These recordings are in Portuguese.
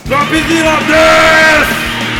Dropzilla desu!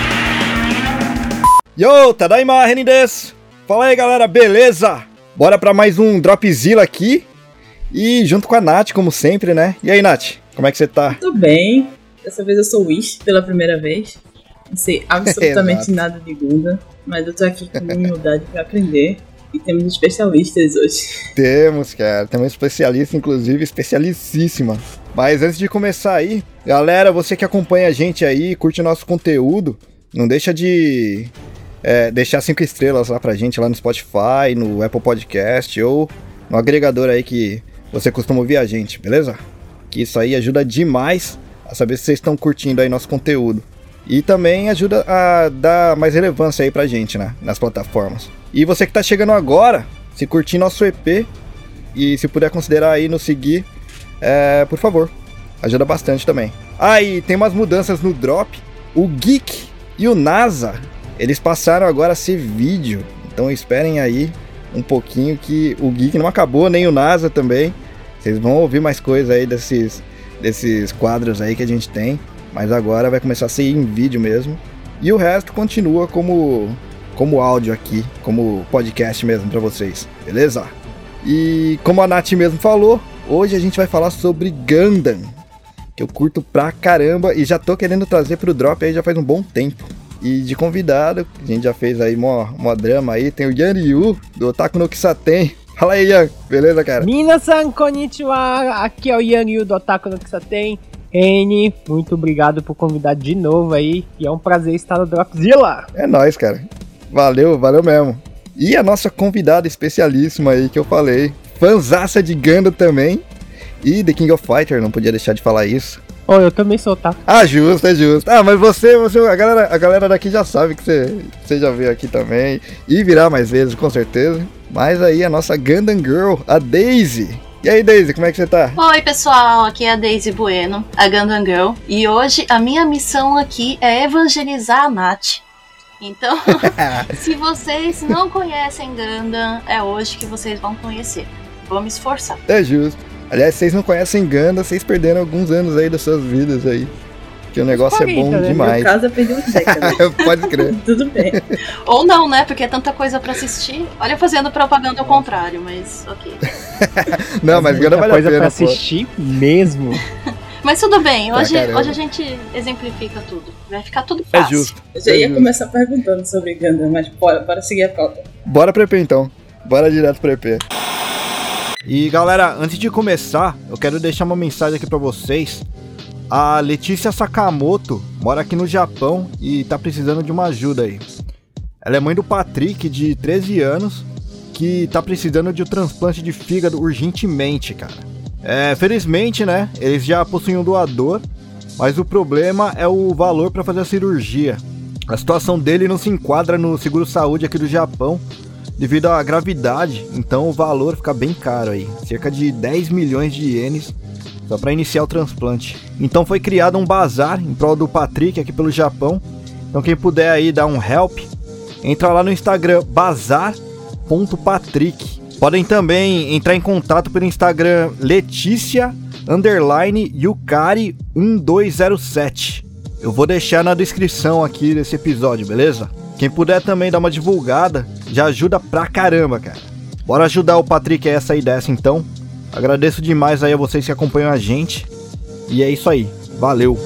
Yo, tadaima, Renin desu! Fala aí, galera, beleza? Bora pra mais um Dropzilla aqui. E junto com a Nath, como sempre, né? E aí, Nath, como é que você tá? Tudo bem. Dessa vez eu sou Wish pela primeira vez. Não sei absolutamente nada de Gundam, mas eu tô aqui com humildade pra aprender. E temos especialistas hoje. Temos, cara. Temos especialista, inclusive, especialicíssima. Mas antes de começar aí, galera, você que acompanha a gente aí, curte o nosso conteúdo, não deixa de deixar 5 estrelas lá pra gente, lá no Spotify, no Apple Podcast ou no agregador aí que você costuma ouvir a gente, beleza? Que isso aí ajuda demais a saber se vocês estão curtindo aí nosso conteúdo. E também ajuda a dar mais relevância aí pra gente, né, nas plataformas. E você que tá chegando agora, se curtir nosso EP e se puder considerar aí nos seguir, por favor, ajuda bastante também. Ah, e tem umas mudanças no Drop. O Geek e o NASA, eles passaram agora a ser vídeo. Então esperem aí um pouquinho que o Geek não acabou, nem o NASA também. Vocês vão ouvir mais coisa aí desses quadros aí que a gente tem. Mas agora vai começar a ser em vídeo mesmo. E o resto continua como áudio aqui, como podcast mesmo pra vocês, beleza? E como a Nath mesmo falou, hoje a gente vai falar sobre Gundam, que eu curto pra caramba e já tô querendo trazer pro Drop aí já faz um bom tempo. E de convidado, a gente já fez aí mó drama aí, tem o Yan Ryu, do Otaku no Kisaten. Fala aí, Yan, beleza, cara? Minasan, konnichiwa, aqui é o Yan Ryu do Otaku no Kisaten. Reni, muito obrigado por convidar de novo aí, e é um prazer estar no Dropzilla. É nóis, cara. Valeu mesmo. E a nossa convidada especialíssima aí que eu falei, fanzaça de Gundam também, e The King of Fighters, não podia deixar de falar isso. Oh, eu também sou, tá? Ah, justo, é justo. Ah, mas você a galera daqui já sabe que você já veio aqui também, e virá mais vezes, com certeza. Mas aí a nossa Gundam Girl, a Daisy. E aí, Daisy, como é que você tá? Oi, pessoal, aqui é a Daisy Bueno, a Gundam Girl. E hoje a minha missão aqui é evangelizar a Nath. Então, se vocês não conhecem Gundam, é hoje que vocês vão conhecer. Vou me esforçar. É justo. Aliás, vocês não conhecem Gundam, vocês perderam alguns anos aí das suas vidas aí. Que o negócio 40, é bom demais. No caso, eu perdi uns décadas. Pode crer. Tudo bem. Ou não, né? Porque é tanta coisa pra assistir. Olha, fazendo propaganda ao contrário, mas ok. Não, mas Gundam vale a pena, pra assistir mesmo. Mas tudo bem, hoje a gente exemplifica tudo. Vai ficar tudo fácil. É justo. Eu já ia começar perguntando sobre Gundam, mas bora seguir a pauta. Bora pro EP então. Bora direto pro EP. E galera, antes de começar, eu quero deixar uma mensagem aqui pra vocês. A Letícia Sakamoto mora aqui no Japão e tá precisando de uma ajuda aí. Ela é mãe do Patrick, de 13 anos, que tá precisando de um transplante de fígado urgentemente, cara. Felizmente, né, eles já possuem um doador, mas o problema é o valor para fazer a cirurgia. A situação dele não se enquadra no seguro-saúde aqui do Japão, devido à gravidade, então o valor fica bem caro aí, cerca de 10 milhões de ienes, só para iniciar o transplante. Então foi criado um bazar em prol do Patrick aqui pelo Japão. Então quem puder aí dar um help, entra lá no Instagram bazar.patrick. Podem também entrar em contato pelo Instagram Leticia_Yukari1207. Eu vou deixar na descrição aqui desse episódio, beleza? Quem puder também dar uma divulgada, já ajuda pra caramba, cara. Bora ajudar o Patrick a essa e dessa então. Agradeço demais aí a vocês que acompanham a gente. E é isso aí. Valeu!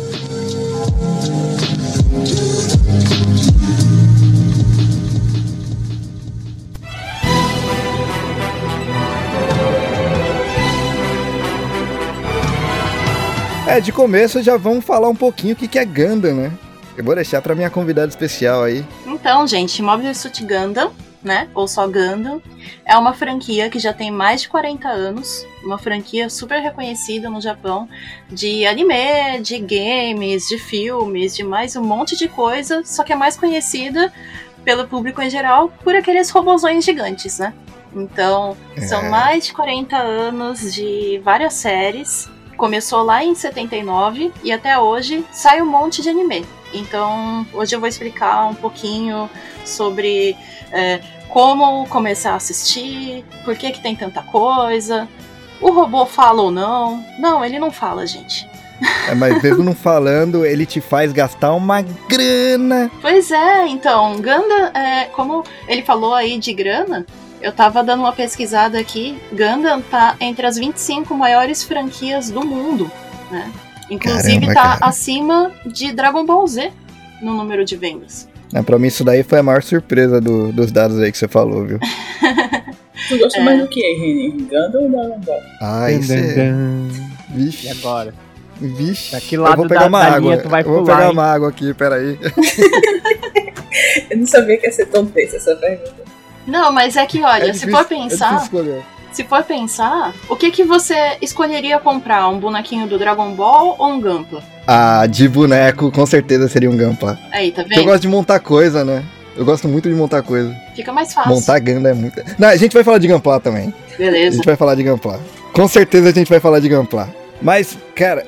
De começo já vamos falar um pouquinho o que é Gundam, né? Eu vou deixar pra minha convidada especial aí. Então, gente, Mobile Suit Gundam, né, ou só Gundam, é uma franquia que já tem mais de 40 anos, uma franquia super reconhecida no Japão, de anime, de games, de filmes, de mais um monte de coisa, só que é mais conhecida pelo público em geral por aqueles robozões gigantes, né? Então, são mais de 40 anos de várias séries, começou lá em 79 e até hoje sai um monte de anime. Então, hoje eu vou explicar um pouquinho sobre como começar a assistir, por que tem tanta coisa, o robô fala ou não. Não, ele não fala, gente. Mas mesmo não falando, ele te faz gastar uma grana. Pois é, então, Gundam, como ele falou aí de grana, eu tava dando uma pesquisada aqui, Gundam tá entre as 25 maiores franquias do mundo, né? Inclusive tá acima de Dragon Ball Z no número de vendas. Pra mim isso daí foi a maior surpresa dos dados aí que você falou, viu? Tu gosta mais do que, Reni? Gundam ou Dragon Ball? Isso Vixe. E agora? Vixe. Pra que lado eu vou pegar uma água. tu vai eu vou pular, pegar hein? uma água aqui, peraí. Eu não sabia que ia ser tão tensa essa pergunta. Não, mas é que, olha, se for É pensar, difícil escolher. o que você escolheria comprar? Um bonequinho do Dragon Ball ou um Gunpla? De boneco, com certeza seria um Gunpla. Aí, tá Porque eu vendo? gosto de montar coisa, né? Eu gosto muito de montar coisa. Fica mais fácil. Montar Gundam é muito... Não, a gente vai falar de Gunpla também. A Beleza. gente vai falar de Gunpla. Com certeza a gente vai falar de Gunpla. Mas, cara,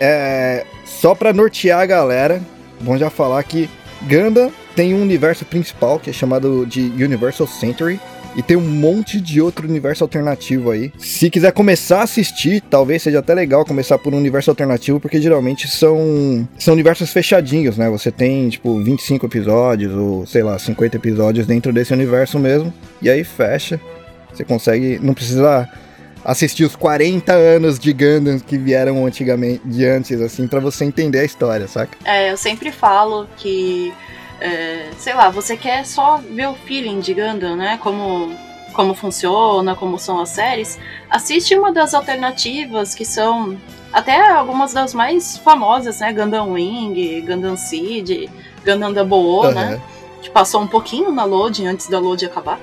só pra nortear a galera, vamos já falar que Gundam tem um universo principal, que é chamado de Universal Century, e tem um monte de outro universo alternativo aí. Se quiser começar a assistir, talvez seja até legal começar por um universo alternativo, porque geralmente são universos fechadinhos, né? Você tem, tipo, 25 episódios, ou, sei lá, 50 episódios dentro desse universo mesmo, e aí fecha. Você consegue, não precisa assistir os 40 anos de Gundam que vieram antigamente, de antes, assim, pra você entender a história, saca? Eu sempre falo que, sei lá, você quer só ver o feeling de Gundam, né? Como funciona, como são as séries. Assiste uma das alternativas, que são até algumas das mais famosas, né? Gundam Wing, Gundam Seed, Gundam Double O, né? Que passou um pouquinho na Load, antes da Load acabar.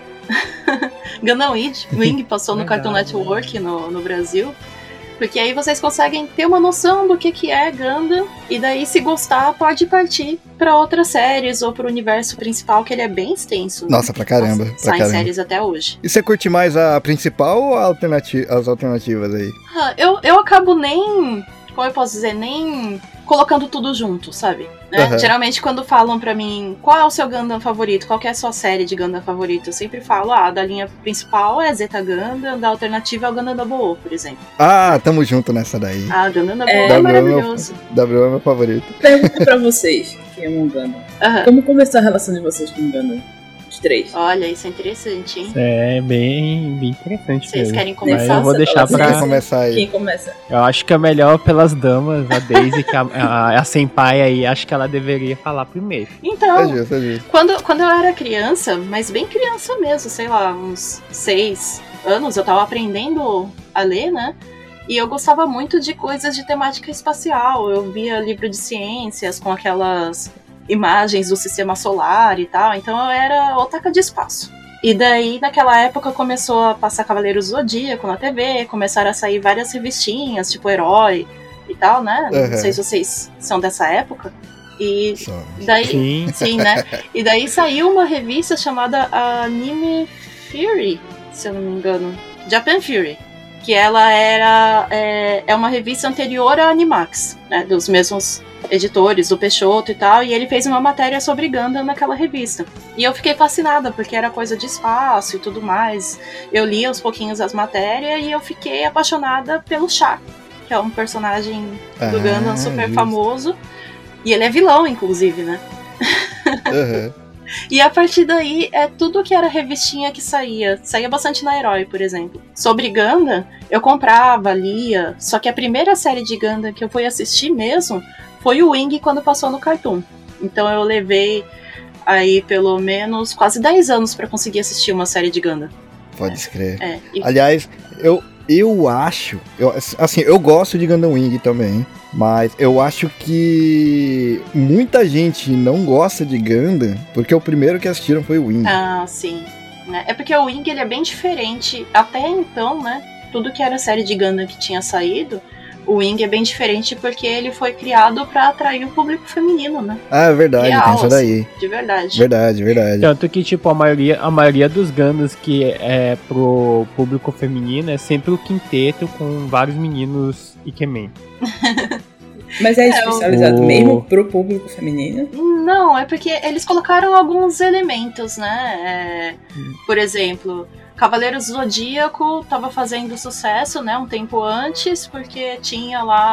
Gundam Wing passou no Cartoon Network no Brasil. Porque aí vocês conseguem ter uma noção do que é Gundam, e daí, se gostar, pode partir pra outras séries ou pro universo principal, que ele é bem extenso. Né? Nossa, pra caramba. Saem séries até hoje. E você curte mais a principal ou as alternativas aí? Eu acabo nem, como eu posso dizer, nem colocando tudo junto, sabe? Né? Geralmente, quando falam pra mim qual é o seu Gundam favorito, qual que é a sua série de Gundam favorito, eu sempre falo, da linha principal é Zeta Gundam, da alternativa é o Gundam Double O, por exemplo. Tamo junto nessa daí. Gundam Double O é maravilhoso. W é meu favorito. Pergunta pra vocês, que amam Gundam. Como começou a relação de vocês com Gundam? Os três. Olha, isso é interessante, hein? É bem interessante. Vocês mesmo. querem começar? Eu vou deixar pra... Quem começar aí? Quem começa? Eu acho que é melhor pelas damas, a Daisy, que a senpai aí, acho que ela deveria falar primeiro. Então, É justo. quando eu era criança, mas bem criança mesmo, sei lá, uns 6 anos, eu tava aprendendo a ler, né? E eu gostava muito de coisas de temática espacial. Eu via livro de ciências com aquelas imagens do sistema solar e tal, então eu era otaka de espaço. E daí, naquela época, começou a passar Cavaleiros do Zodíaco na TV, começaram a sair várias revistinhas, tipo Herói e tal, né? Não sei se vocês são dessa época. E daí, sim, né? E daí saiu uma revista chamada Anime Fury, se eu não me engano, Japan Fury, que ela é uma revista anterior à Animax, né? Dos mesmos editores, do Peixoto e tal, e ele fez uma matéria sobre Gundam naquela revista. E eu fiquei fascinada, porque era coisa de espaço e tudo mais. Eu li aos pouquinhos as matérias e eu fiquei apaixonada pelo Char, que é um personagem do Gundam super famoso. E ele é vilão, inclusive, né? E a partir daí, tudo que era revistinha que saía bastante na Herói, por exemplo. Sobre Gundam, eu comprava, lia, só que a primeira série de Gundam que eu fui assistir mesmo foi o Wing, quando passou no Cartoon. Então eu levei aí pelo menos quase 10 anos pra conseguir assistir uma série de Gundam. Pode escrever. Aliás, eu acho... eu gosto de Gundam Wing também, mas eu acho que muita gente não gosta de Gundam porque o primeiro que assistiram foi o Wing. Sim. É porque o Wing, ele é bem diferente. Até então, né? Tudo que era série de Gundam que tinha saído, o Wing é bem diferente porque ele foi criado pra atrair o público feminino, né? É verdade, real, tem isso daí. Assim, de verdade. Verdade. Tanto que, tipo, a maioria dos Gundams que é pro público feminino é sempre o quinteto com vários meninos Ikemen. Mas é especializado mesmo pro público feminino? Não, é porque eles colocaram alguns elementos, né? Por exemplo, Cavaleiros do Zodíaco tava fazendo sucesso, né, um tempo antes, porque tinha lá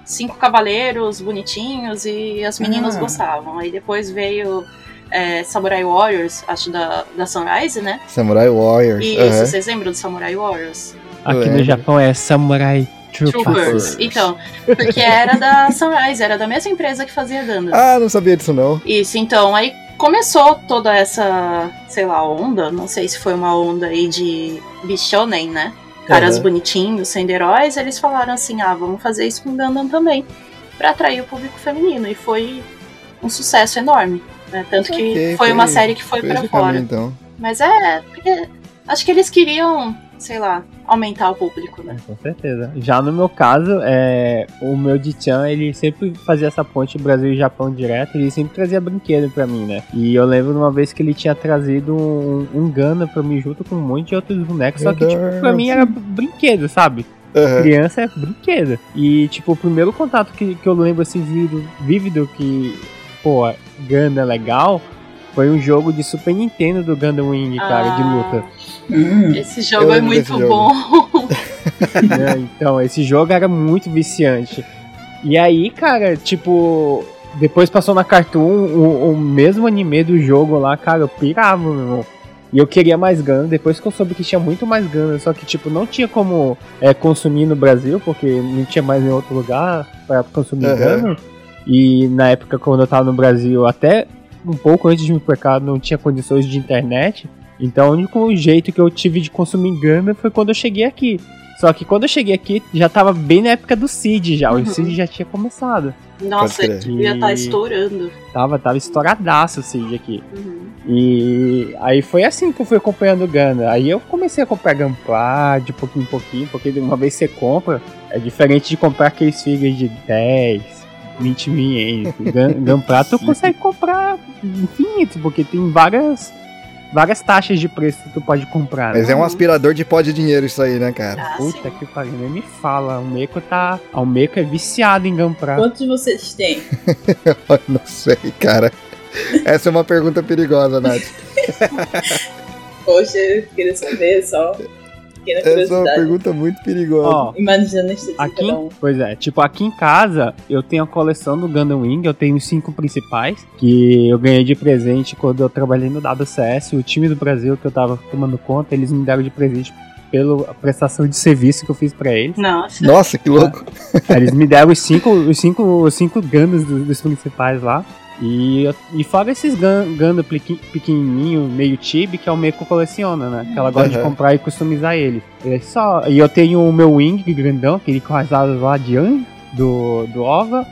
5 cavaleiros bonitinhos e as meninas gostavam. Aí depois veio Samurai Warriors, acho da Sunrise, né? Samurai Warriors. Isso, vocês lembram do Samurai Warriors? Aqui no Japão é Samurai Troopers. Então, porque era da Sunrise, era da mesma empresa que fazia Gundam. Ah, não sabia disso não. Isso, então, aí começou toda essa, sei lá, onda, não sei se foi uma onda aí de Bishonen, né? Caras bonitinhos, sendo heróis, eles falaram assim, vamos fazer isso com Gundam também, pra atrair o público feminino, e foi um sucesso enorme, né? Tanto que foi uma série que foi pra fora. Caminho, então. Mas porque acho que eles queriam, sei lá, aumentar o público, né? Com certeza. Já no meu caso, o meu Dichan, ele sempre fazia essa ponte Brasil e Japão direto, ele sempre trazia brinquedo pra mim, né? E eu lembro de uma vez que ele tinha trazido um Gundam pra mim junto com um monte de outros bonecos, só que, tipo, pra mim era brinquedo, sabe? Criança é brinquedo. E, tipo, o primeiro contato que eu lembro, assim, vívido que, pô, Gundam é legal, foi um jogo de Super Nintendo do Gundam Wing, cara, de luta. Esse jogo é muito bom. Então, esse jogo era muito viciante. E aí, cara, tipo, depois passou na Cartoon o mesmo anime do jogo lá, cara, eu pirava, meu irmão. E eu queria mais Gundam, depois que eu soube que tinha muito mais Gundam, só que, tipo, não tinha como consumir no Brasil, porque não tinha mais em outro lugar pra consumir Gundam. E na época, quando eu tava no Brasil, até um pouco antes de me pra cá, não tinha condições de internet. Então o único jeito que eu tive de consumir Gundam foi quando eu cheguei aqui. Só que quando eu cheguei aqui, já tava bem na época do Cid já. O Cid já tinha começado. Nossa, devia estar estourando. Tava estouradaço o Cid aqui. E aí foi assim que eu fui acompanhando o Gundam. Aí eu comecei a comprar Gunpla de pouquinho em pouquinho, porque de uma vez você compra, é diferente de comprar aqueles figures de 10, 20 mil ienes. Gunpla tu consegue comprar infinito, porque tem várias taxas de preço que tu pode comprar. Mas é um aspirador de pó de dinheiro isso aí, né, cara? Puta que pariu, nem me fala. O Meiko é viciado em Gunpla. Quantos vocês têm? Eu não sei, cara. Essa é uma pergunta perigosa, Nath. Poxa, eu queria saber só. Essa é uma pergunta muito perigosa. Imaginando a estética aqui, pois é, tipo, aqui em casa eu tenho a coleção do Gundam Wing, eu tenho os 5 principais, que eu ganhei de presente quando eu trabalhei no WCS, o time do Brasil que eu tava tomando conta, eles me deram de presente pela prestação de serviço que eu fiz pra eles. Nossa, que louco. Eles me deram os cinco Gundams dos principais lá. E fora esses Gundam pequenininho, meio chibi, que é o meio que eu coleciono, né? Que ela gosta de comprar e customizar ele. E eu tenho o meu Wing grandão, aquele com as asas lá de Anjo, do Ova.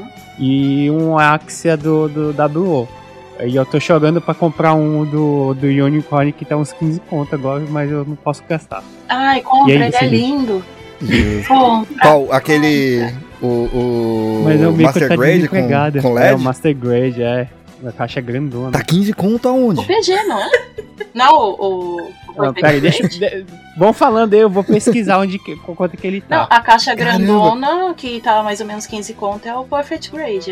E um Axia do WO. E eu tô chorando pra comprar um do Unicorn que tá uns 15 conto agora, mas eu não posso gastar. Ai, compra, ele é lindo. Qual? Aquele... Mas é o Master Grade com LED? É o Master Grade, a caixa grandona. Tá 15 conto aonde? O PG, não é? Não, Não, peraí, vão falando aí, eu vou pesquisar quanto que ele tá. Não, a caixa grandona, que tá mais ou menos 15 conto, é o Perfect Grade.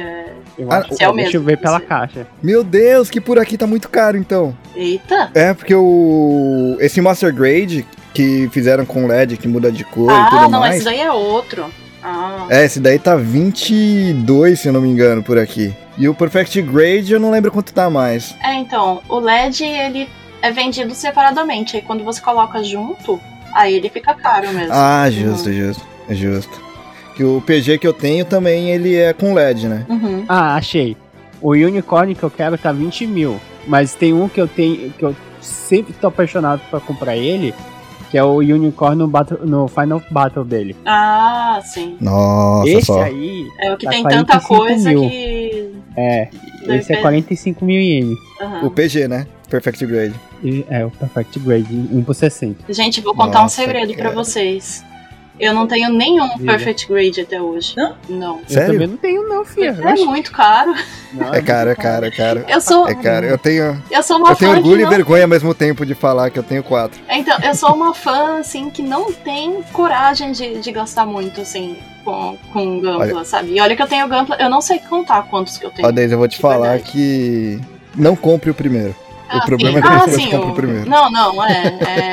É o mesmo. Deixa eu ver pela caixa. Meu Deus, que por aqui tá muito caro, então. Eita! É, porque esse Master Grade que fizeram com LED, que muda de cor e tudo mais... Ah, não, esse daí é outro. Esse daí tá 22, se eu não me engano, por aqui. E o Perfect Grade eu não lembro quanto tá mais. Então, o LED, ele é vendido separadamente. Aí quando você coloca junto, aí ele fica caro mesmo. Ah, justo. Que o PG que eu tenho também, ele é com LED, né? Ah, achei. O Unicorn que eu quero tá 20 mil. Mas tem um que eu tenho, que eu sempre tô apaixonado pra comprar ele, que é o Unicorn no Final Battle dele. Ah, sim. Nossa, esse só. Aí é o que tem tanta coisa mil. Que... esse é 45 mil ienes. O PG, né? Perfect Grade. O Perfect Grade, 1 por 60. Gente, vou contar um segredo pra vocês. Eu não tenho nenhum Perfect Grade até hoje. Não. Sério? Eu também não tenho, não, filha. É muito caro. Não, é caro. Eu sou... É caro. Eu sou uma fã. Eu tenho orgulho e vergonha ao mesmo tempo de falar que eu tenho 4. Então, eu sou uma fã, assim, que não tem coragem de gastar muito, assim, com Gunpla, sabe? E olha que eu tenho Gunpla, eu não sei contar quantos que eu tenho. Ó, Deise, eu vou te falar que não compre o primeiro. O problema é que você compra o primeiro. Não,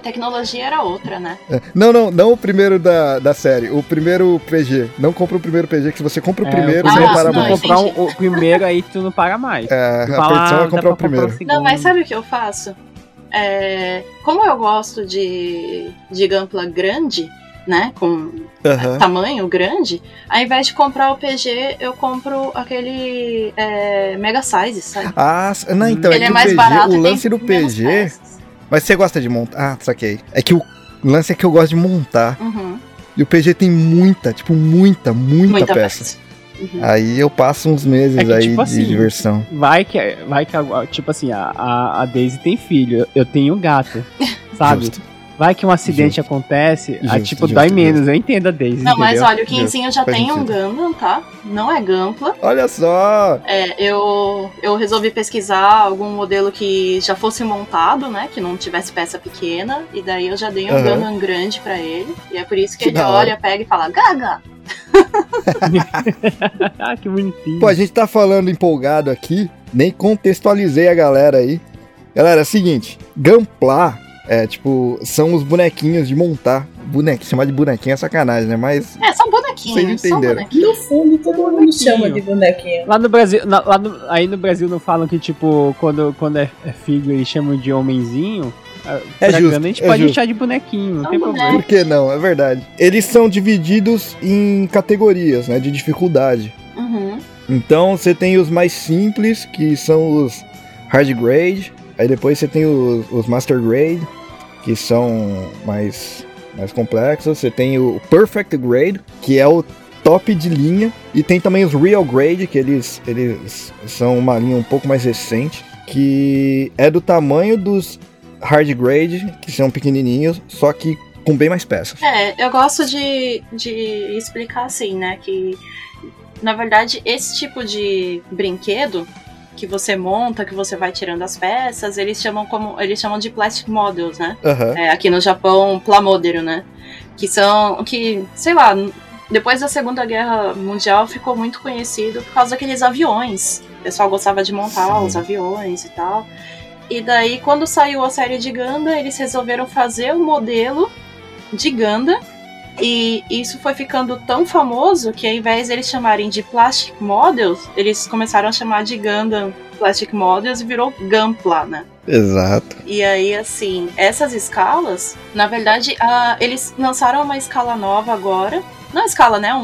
tecnologia era outra, né? Não o primeiro da série, o primeiro PG. Não compra o primeiro PG, que se você compra o primeiro, você não para se mais. tu comprar o primeiro, aí tu não paga mais. A perdição é comprar o primeiro. Não, mas sabe o que eu faço? Como eu gosto de Gunpla grande, né, com tamanho grande, ao invés de comprar o PG, eu compro aquele Mega Size, sabe? Não, então, ele é que mais o PG, barato, o lance do PG... Mas você gosta de montar? Saquei. É que o lance é que eu gosto de montar. Uhum. E o PG tem muita peça. Uhum. Aí eu passo uns meses aí tipo de diversão. Vai que tipo assim, a Daisy tem filho, eu tenho gato, sabe? Justo. Vai que um acidente acontece, dói menos, eu entendo a Daisy. Não, entendeu? Mas olha, o Quinzinho já tem um Gundam, tá? Não é Gunpla. Olha só! Eu resolvi pesquisar algum modelo que já fosse montado, né? Que não tivesse peça pequena. E daí eu já dei um Gundam grande pra ele. E é por isso que ele olha, pega e fala, Gaga! Que bonitinho. Pô, a gente tá falando empolgado aqui, nem contextualizei a galera aí. Galera, é o seguinte, Gunpla... são os bonequinhos de montar. Chamar de bonequinho é sacanagem, né? Mas. São bonequinhos. Vocês entenderam. No fundo, todo mundo chama de bonequinho. Lá no Brasil, aí no Brasil não falam que, tipo, quando é filho, eles chamam de homenzinho. Justo. A gente pode deixar de bonequinho, não tem problema. Por que não? É verdade. Eles são divididos em categorias, né? De dificuldade. Uhum. Então, você tem os mais simples, que são os hard grade. Aí depois você tem os Master Grade, que são mais complexos. Você tem o Perfect Grade, que é o top de linha. E tem também os Real Grade, que eles são uma linha um pouco mais recente, que é do tamanho dos Hard Grade, que são pequenininhos, só que com bem mais peças. Eu gosto de explicar assim, né, que na verdade esse tipo de brinquedo que você monta, que você vai tirando as peças, eles chamam de plastic models, né? Uhum. Aqui no Japão, plamodero, né? Que, sei lá, depois da Segunda Guerra Mundial ficou muito conhecido por causa daqueles aviões. O pessoal gostava de montar os aviões e tal. E daí, quando saiu a série de Gundam, eles resolveram fazer um modelo de Gundam. E isso foi ficando tão famoso que ao invés de eles chamarem de Plastic Models, eles começaram a chamar de Gundam Plastic Models e virou Gunpla, né? Exato. E aí, assim, essas escalas, na verdade, eles lançaram uma escala nova agora. Não é escala, né?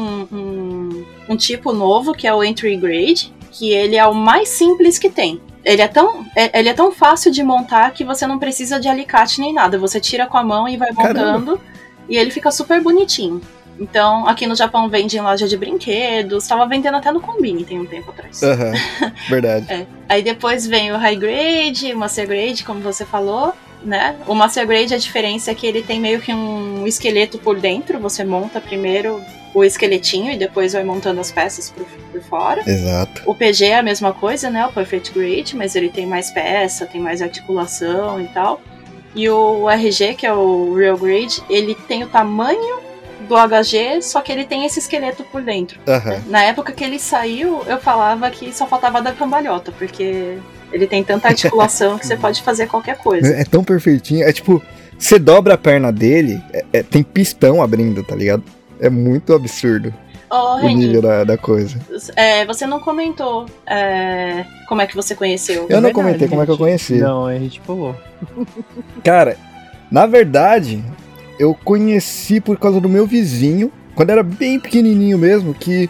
Um tipo novo, que é o Entry Grade, que ele é o mais simples que tem. Ele é tão fácil de montar que você não precisa de alicate nem nada. Você tira com a mão e vai montando. Caramba. E ele fica super bonitinho. Então, aqui no Japão vende em loja de brinquedos. Tava vendendo até no Combini tem um tempo atrás. Verdade. Aí depois vem o High Grade, o Master Grade, como você falou, né? O Master Grade, a diferença é que ele tem meio que um esqueleto por dentro. Você monta primeiro o esqueletinho e depois vai montando as peças por fora. Exato. O PG é a mesma coisa, né? O Perfect Grade, mas ele tem mais peça, tem mais articulação e tal. E o RG, que é o Real Grade, ele tem o tamanho do HG, só que ele tem esse esqueleto por dentro. Na época que ele saiu, eu falava que só faltava da cambalhota, porque ele tem tanta articulação que você pode fazer qualquer coisa. É tão perfeitinho, é tipo, você dobra a perna dele, tem pistão abrindo, tá ligado? É muito absurdo. O nível da coisa. Você não comentou como é que você conheceu. Eu não comentei como é que eu conheci. Não, a gente pulou. Cara, na verdade, eu conheci por causa do meu vizinho, quando era bem pequenininho mesmo, que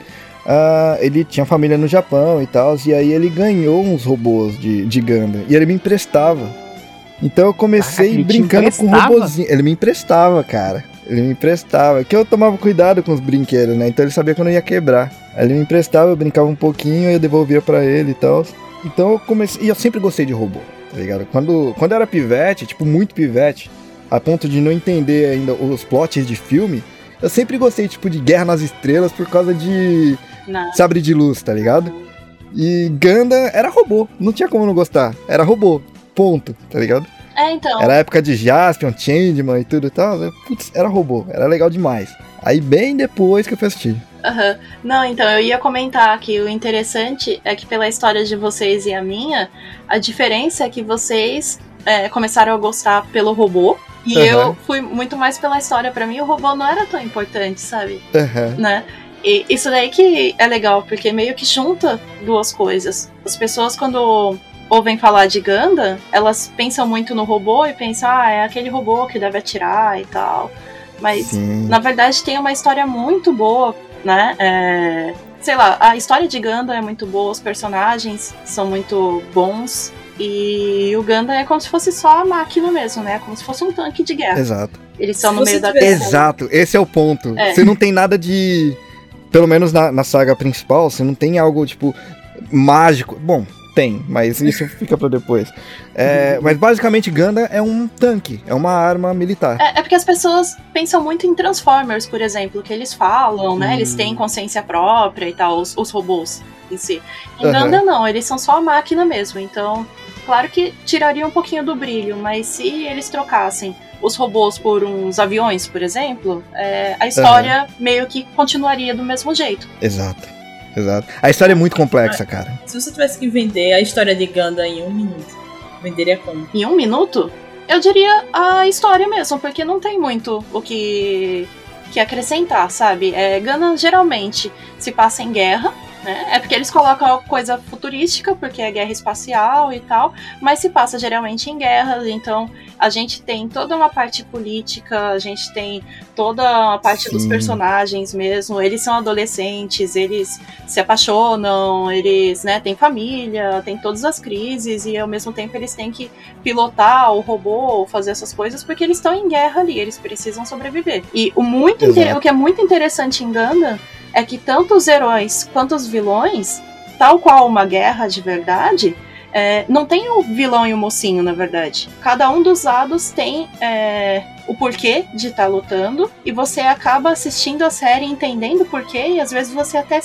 ele tinha família no Japão e tal, e aí ele ganhou uns robôs de Gundam, e ele me emprestava. Então eu comecei brincando com o robôzinho. Ele me emprestava, cara. Ele me emprestava, que eu tomava cuidado com os brinquedos, né? Então ele sabia que eu não ia quebrar. Aí ele me emprestava, eu brincava um pouquinho, eu devolvia pra ele e tal. Então eu comecei, e eu sempre gostei de robô, tá ligado? Quando eu era pivete, tipo, muito pivete, a ponto de não entender ainda os plots de filme, eu sempre gostei, tipo, de Guerra nas Estrelas por causa de Sabre de Luz, tá ligado? E Gundam era robô, não tinha como não gostar, era robô, ponto, tá ligado? Então. Era a época de Jaspion, Changeman e tudo e tal. Putz, era robô, era legal demais. Aí bem depois que eu fui assistir. Não, então, eu ia comentar que o interessante é que pela história de vocês e a minha, a diferença é que vocês começaram a gostar pelo robô, E eu fui muito mais pela história. Pra mim, o robô não era tão importante, sabe? Né? E isso daí que é legal, porque meio que junta duas coisas. As pessoas, quando ouvem falar de Gundam, elas pensam muito no robô e pensam, é aquele robô que deve atirar e tal. Mas, na verdade, tem uma história muito boa, né? Sei lá, a história de Gundam é muito boa, os personagens são muito bons. E o Gundam é como se fosse só a máquina mesmo, né? Como se fosse um tanque de guerra. Exato. Eles são no meio da guerra. Exato, esse é o ponto. Você não tem nada de... Pelo menos na saga principal, você não tem algo, tipo, mágico. Bom, tem, mas isso fica pra depois. Mas basicamente Gundam é um tanque, é uma arma militar. É porque as pessoas pensam muito em Transformers, por exemplo, que eles falam, né? Eles têm consciência própria e tal, os robôs em si. Em Gundam não, eles são só a máquina mesmo, então... Claro que tiraria um pouquinho do brilho, mas se eles trocassem os robôs por uns aviões, por exemplo, a história meio que continuaria do mesmo jeito. Exato. A história é muito complexa, cara. Se você tivesse que vender a história de Gundam em 1 minuto, venderia como? Em 1 minuto? Eu diria a história mesmo, porque não tem muito o que acrescentar, sabe? Gundam geralmente se passa em guerra, né? É porque eles colocam coisa futurística, porque é guerra espacial e tal, mas se passa geralmente em guerras, então a gente tem toda uma parte política, a gente tem toda a parte dos personagens mesmo, eles são adolescentes, eles se apaixonam, eles, né, têm família, tem todas as crises, e ao mesmo tempo eles têm que pilotar o robô, fazer essas coisas, porque eles estão em guerra ali, eles precisam sobreviver. E o que é muito interessante em Gundam é que tanto os heróis quanto os vilões, tal qual uma guerra de verdade, não tem o vilão e o mocinho, na verdade. Cada um dos lados tem o porquê de estar lutando, e você acaba assistindo a série entendendo o porquê, e às vezes você até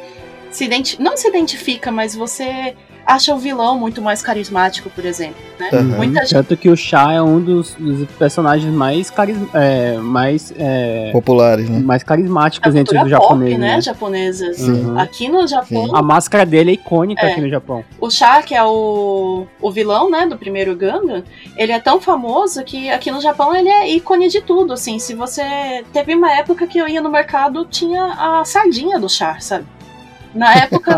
não se identifica, mas você acha o vilão muito mais carismático, por exemplo, né? Muita gente... Tanto que o Char é um dos personagens mais populares, né? Mais carismáticos entre os japoneses, né? Japonesas. Aqui no Japão... A máscara dele é icônica aqui no Japão. O Char, que é o vilão, né, do primeiro Gundam, ele é tão famoso que aqui no Japão ele é ícone de tudo, assim. Se você... Teve uma época que eu ia no mercado, tinha a sardinha do Char, sabe? Na época...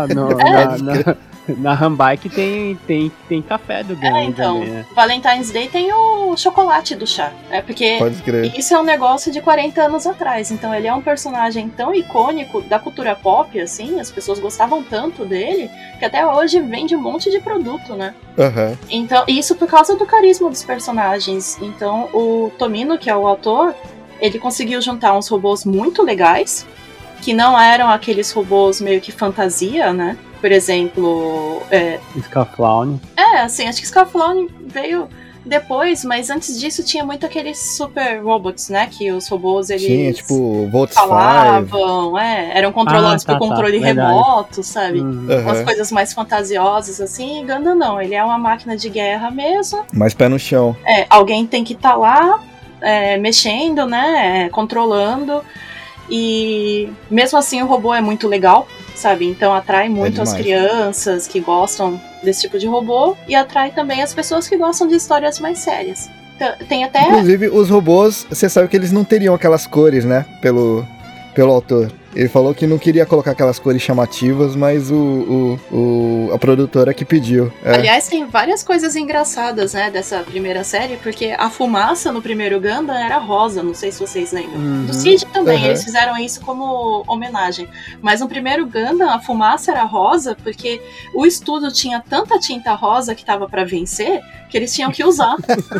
Na Hanbike tem café do Gundam então, também, né? Valentine's Day tem o chocolate do Char. Porque isso é um negócio de 40 anos atrás. Então ele é um personagem tão icônico da cultura pop, assim, as pessoas gostavam tanto dele, que até hoje vende um monte de produto, né? Então, isso por causa do carisma dos personagens. Então o Tomino, que é o autor, ele conseguiu juntar uns robôs muito legais, que não eram aqueles robôs meio que fantasia, né? Por exemplo... Scaflowne. Assim, acho que Scaflowne veio depois, mas antes disso tinha muito aqueles super robots, né? Que os robôs, eles... Tinha, tipo, Volt falavam, eram controlados por controle remoto, sabe? Umas coisas mais fantasiosas, assim. E Gundam não, ele é uma máquina de guerra mesmo. Mais pé no chão. Alguém tem que estar lá, mexendo, né? Controlando. E mesmo assim o robô é muito legal, sabe? Então atrai muito as crianças que gostam desse tipo de robô, e atrai também as pessoas que gostam de histórias mais sérias. Então, tem até... Inclusive, os robôs, você sabe que eles não teriam aquelas cores, né? Pelo autor. Ele falou que não queria colocar aquelas cores chamativas, mas a produtora que pediu. Aliás, tem várias coisas engraçadas, né, dessa primeira série, porque a fumaça no primeiro Gundam era rosa, não sei se vocês lembram. Do Cid também, eles fizeram isso como homenagem. Mas no primeiro Gundam, a fumaça era rosa, porque o estudo tinha tanta tinta rosa que tava pra vencer, que eles tinham que usar.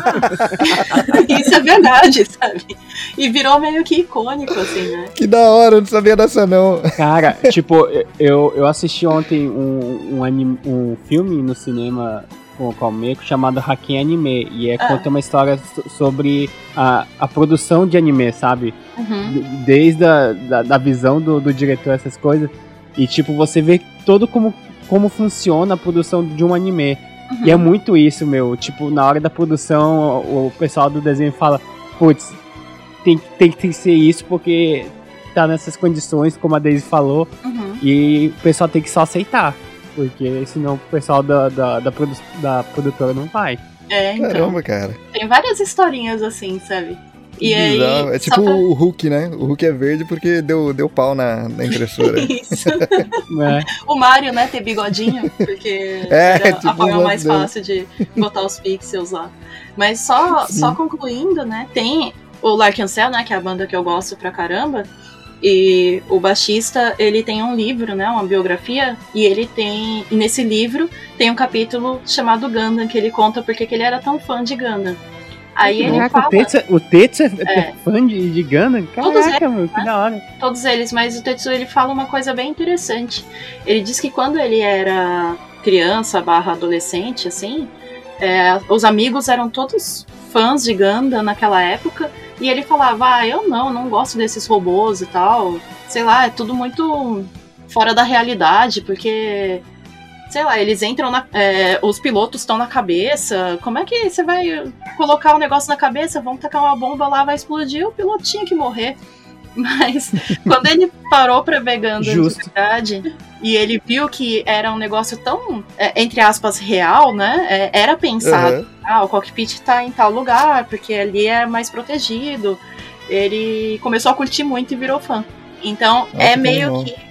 Isso é verdade, sabe? E virou meio que icônico, assim, né? Que da hora, eu não sabia dessa não. Cara, tipo, eu assisti ontem um filme no cinema com o Calmeco chamado Haken Anime, e conta uma história sobre a produção de anime, sabe? Desde a visão do diretor, essas coisas, e tipo, você vê todo como funciona a produção de um anime. E é muito isso, meu. Tipo, na hora da produção, o pessoal do desenho fala, putz, tem que ser isso porque tá nessas condições, como a Daisy falou, e o pessoal tem que só aceitar, porque senão o pessoal da produtora não vai. Então. Caramba, cara. Tem várias historinhas assim, sabe? E aí, é tipo o Hulk, né? O Hulk é verde porque deu pau na impressora. Isso. O Mario, né, ter bigodinho, porque era tipo a forma mais fácil de botar os pixels lá. Mas só concluindo, né, tem o L'Arc-en-Ciel, né, que é a banda que eu gosto pra caramba, e o baixista, ele tem um livro, né, uma biografia, e nesse livro tem um capítulo chamado Gundam, que ele conta porque que ele era tão fã de Gundam. Aí ele fala... O Tetsu é fã de Gundam? Caraca, meu, que da hora. Todos eles, mas o Tetsu, ele fala uma coisa bem interessante. Ele diz que quando ele era criança / adolescente, assim, os amigos eram todos fãs de Gundam naquela época, e ele falava, eu não gosto desses robôs e tal, sei lá, é tudo muito fora da realidade, porque... sei lá, eles entram os pilotos estão na cabeça, como é que você vai colocar um negócio na cabeça, vão tacar uma bomba lá, vai explodir, o piloto tinha que morrer. Mas quando ele parou pra ver Gundam de verdade, e ele viu que era um negócio tão, entre aspas, real, né, era pensado, o cockpit tá em tal lugar, porque ali é mais protegido, ele começou a curtir muito e virou fã. Então, meio que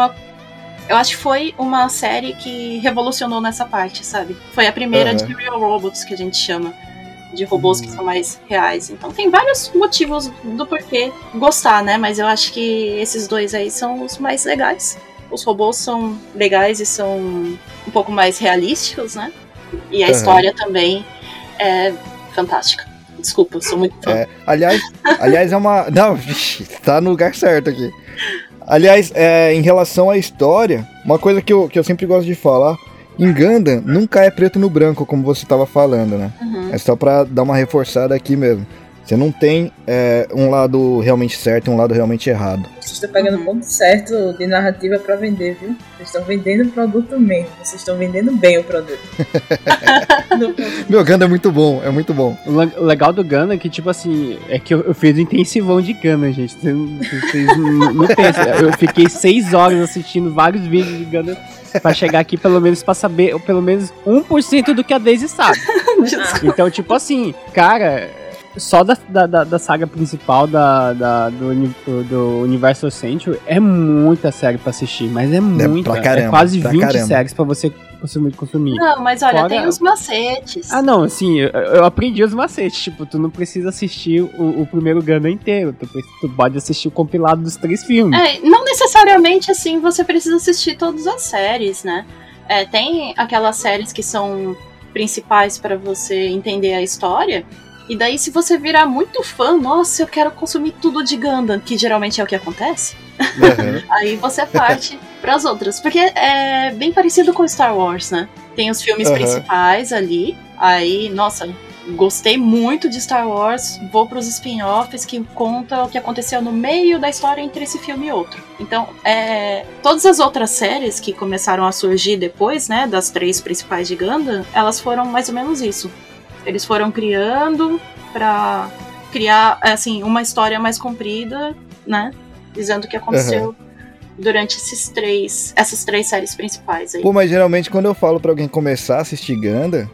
eu acho que foi uma série que revolucionou nessa parte, sabe? Foi a primeira de Real Robots, que a gente chama. De robôs que são mais reais. Então tem vários motivos do porquê gostar, né? Mas eu acho que esses dois aí são os mais legais. Os robôs são legais e são um pouco mais realísticos, né? E a história também é fantástica. Desculpa, eu sou muito fã. Aliás, é uma... Não, tá no lugar certo aqui. Aliás, em relação à história, uma coisa que eu sempre gosto de falar, em Gundam nunca é preto no branco, como você estava falando, né? É só pra dar uma reforçada aqui mesmo. Você não tem um lado realmente certo e um lado realmente errado. Vocês estão pegando o ponto certo de narrativa pra vender, viu? Vocês estão vendendo o produto mesmo. Vocês estão vendendo bem o produto. Meu, Gundam é muito bom, é muito bom. O legal do Gundam é que, tipo assim, é que eu fiz o intensivão de Gundam, gente. Vocês não pensam. Eu fiquei 6 horas assistindo vários vídeos de Gundam pra chegar aqui, pelo menos, pra saber pelo menos 1% do que a Daisy sabe. Então, tipo assim, cara... Só da saga principal do Universal Century é muita série pra assistir, mas é muita. Pra caramba, é quase 20 caramba. séries pra você consumir. Não, mas olha, tem os macetes. Não, assim, eu aprendi os macetes. Tipo, tu não precisa assistir o primeiro Gundam inteiro. Tu pode assistir o compilado dos 3 filmes. Não necessariamente, assim, você precisa assistir todas as séries, né? Tem aquelas séries que são principais pra você entender a história. E daí, se você virar muito fã, nossa, eu quero consumir tudo de Gundam, que geralmente é o que acontece, aí você parte pras outras. Porque é bem parecido com Star Wars, né? Tem os filmes principais ali, aí, nossa, gostei muito de Star Wars, vou pros spin-offs que contam o que aconteceu no meio da história entre esse filme e outro. Então, todas as outras séries que começaram a surgir depois, né, das 3 principais de Gundam, elas foram mais ou menos isso. Eles foram criando pra criar, assim, uma história mais comprida, né? Dizendo o que aconteceu durante essas 3 séries principais aí. Pô, mas geralmente quando eu falo pra alguém começar a assistir Gundam,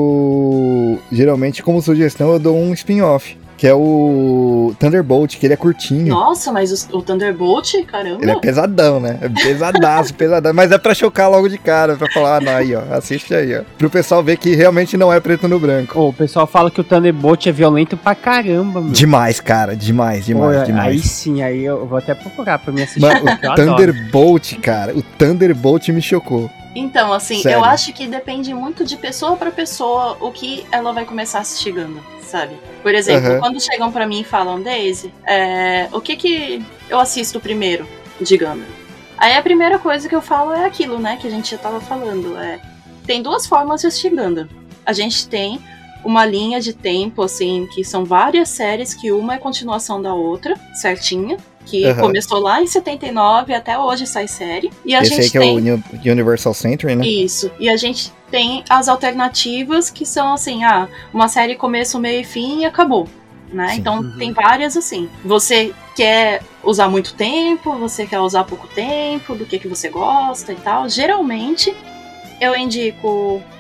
geralmente como sugestão eu dou um spin-off, que é o Thunderbolt, que ele é curtinho. Nossa, mas o Thunderbolt, caramba. Ele é pesadão, né? É pesadaço, pesadão. Mas é pra chocar logo de cara, pra falar, não, aí, ó, assiste aí, ó. Pro pessoal ver que realmente não é preto no branco. O pessoal fala que o Thunderbolt é violento pra caramba, meu. Demais, cara, demais. Aí sim, aí eu vou até procurar pra me assistir. Mano, o Thunderbolt, cara, o Thunderbolt me chocou. Então, assim, Sério? Eu acho que depende muito de pessoa pra pessoa o que ela vai começar assistindo, sabe? Por exemplo, quando chegam pra mim e falam, Daisy, o que eu assisto primeiro de Gundam? Aí a primeira coisa que eu falo é aquilo, né, que a gente já tava falando, tem 2 formas de assistir Gundam. A gente tem uma linha de tempo, assim, que são várias séries, que uma é continuação da outra, certinha, que começou lá em 79 e até hoje sai série. E a Esse gente aí que é o Universal Century, né? Isso. E a gente tem as alternativas que são assim, uma série começo, meio e fim e acabou, né? Sim. Então tem várias assim. Você quer usar muito tempo, você quer usar pouco tempo, do que você gosta e tal. Geralmente eu indico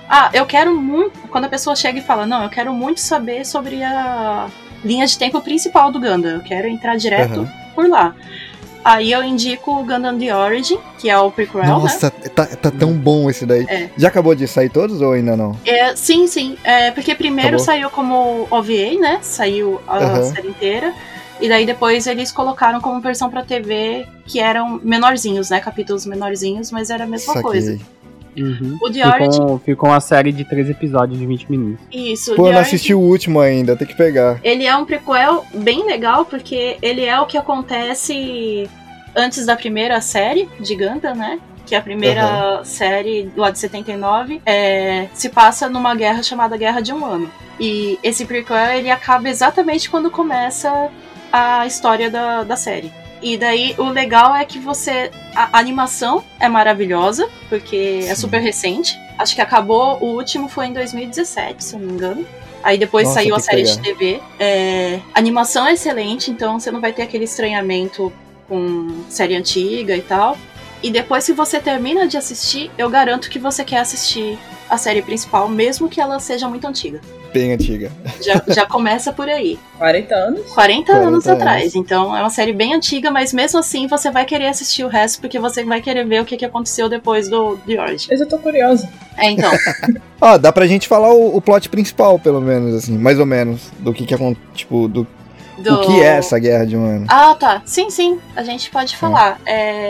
eu quero muito... Quando a pessoa chega e fala, não, eu quero muito saber sobre a linha de tempo principal do Gundam, eu quero entrar direto por lá. Aí eu indico o Gundam The Origin, que é o prequel, Nossa, né? tá tão bom esse daí. Já acabou de sair todos ou ainda não? Sim. Porque primeiro saiu como OVA, né? Saiu a série inteira. E daí depois eles colocaram como versão pra TV, que eram menorzinhos, né? Capítulos menorzinhos, mas era a mesma coisa. O The Origin... Ficou uma série de 3 episódios de 20 minutos. Isso. Pô, eu não assisti o último ainda, tem que pegar. Ele é um prequel bem legal, porque ele é o que acontece antes da primeira série de Gundam, né? Que a primeira série, lá de 79, se passa numa guerra chamada Guerra de um Ano. E esse prequel, ele acaba exatamente quando começa a história da série. E daí, o legal é que a animação é maravilhosa, porque é super recente. Acho que acabou, o último foi em 2017, se eu não me engano. Aí depois saiu a série de TV. A animação é excelente, então você não vai ter aquele estranhamento com série antiga e tal. E depois que você termina de assistir, eu garanto que você quer assistir a série principal, mesmo que ela seja muito antiga. Bem antiga. Já começa por aí. 40 anos? 40 anos atrás. Então é uma série bem antiga, mas mesmo assim você vai querer assistir o resto, porque você vai querer ver o que aconteceu depois do The Origin. Mas eu tô curiosa. Então. Dá pra gente falar o plot principal, pelo menos, assim, mais ou menos, do que acontece, tipo, o que é essa Guerra de um Ano. Tá. Sim, a gente pode falar.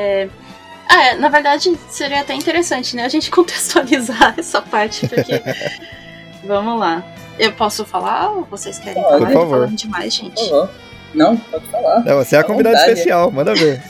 Na verdade, seria até interessante, né? A gente contextualizar essa parte, porque... Vamos lá. Eu posso falar ou vocês querem falar? Por favor. Eu tô falando demais, gente. Por favor. Não, pode falar. Você é a convidada especial, manda ver.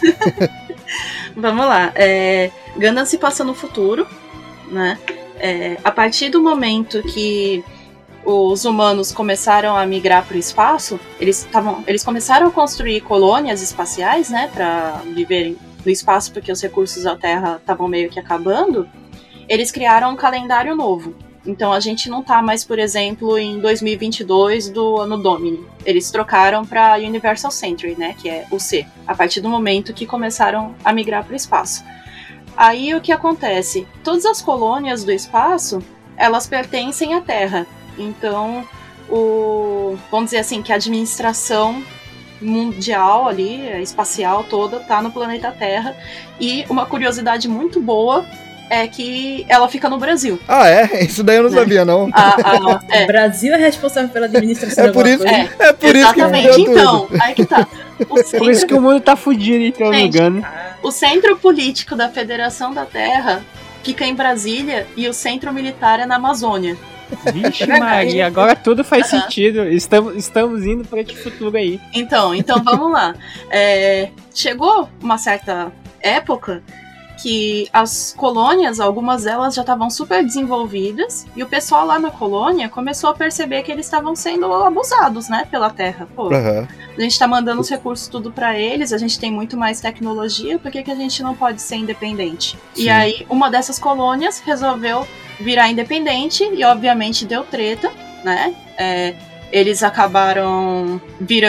Vamos lá. Gundam se passa no futuro, né? A partir do momento que os humanos começaram a migrar para o espaço, eles começaram a construir colônias espaciais, né? Para viverem no espaço, porque os recursos da Terra estavam meio que acabando. Eles criaram um calendário novo. Então a gente não tá mais, por exemplo, em 2022 do ano Domini. Eles trocaram para Universal Century, né, que é o C, a partir do momento que começaram a migrar para o espaço. Aí o que acontece? Todas as colônias do espaço, elas pertencem à Terra. Então, vamos dizer assim, que a administração mundial ali, espacial toda, tá no planeta Terra. E uma curiosidade muito boa é que ela fica no Brasil. Isso daí eu não sabia, não. O Brasil é responsável pela administração é por isso, coisa. por isso que exatamente. Então, aí que tá. Por isso que o mundo tá fudido, então, no Gundam. O centro político da Federação da Terra fica em Brasília e o centro militar é na Amazônia. Vixe, Maria, agora tudo faz sentido. Estamos indo para esse futuro aí. Então vamos lá. Chegou uma certa época que as colônias, algumas delas já estavam super desenvolvidas, e o pessoal lá na colônia começou a perceber que eles estavam sendo abusados, né, pela Terra. A gente tá mandando os recursos tudo pra eles, a gente tem muito mais tecnologia, por que a gente não pode ser independente? Sim. E aí, uma dessas colônias resolveu virar independente, e obviamente deu treta, né? Eles acabaram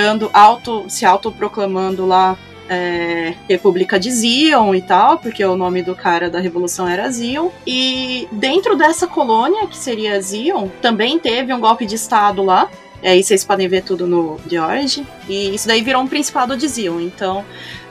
se autoproclamando lá República de Zion e tal, porque o nome do cara da revolução era Zion. E dentro dessa colônia, que seria Zion, também teve um golpe de estado lá. Aí vocês podem ver tudo no The Origin. E isso daí virou um principado de Zion. Então,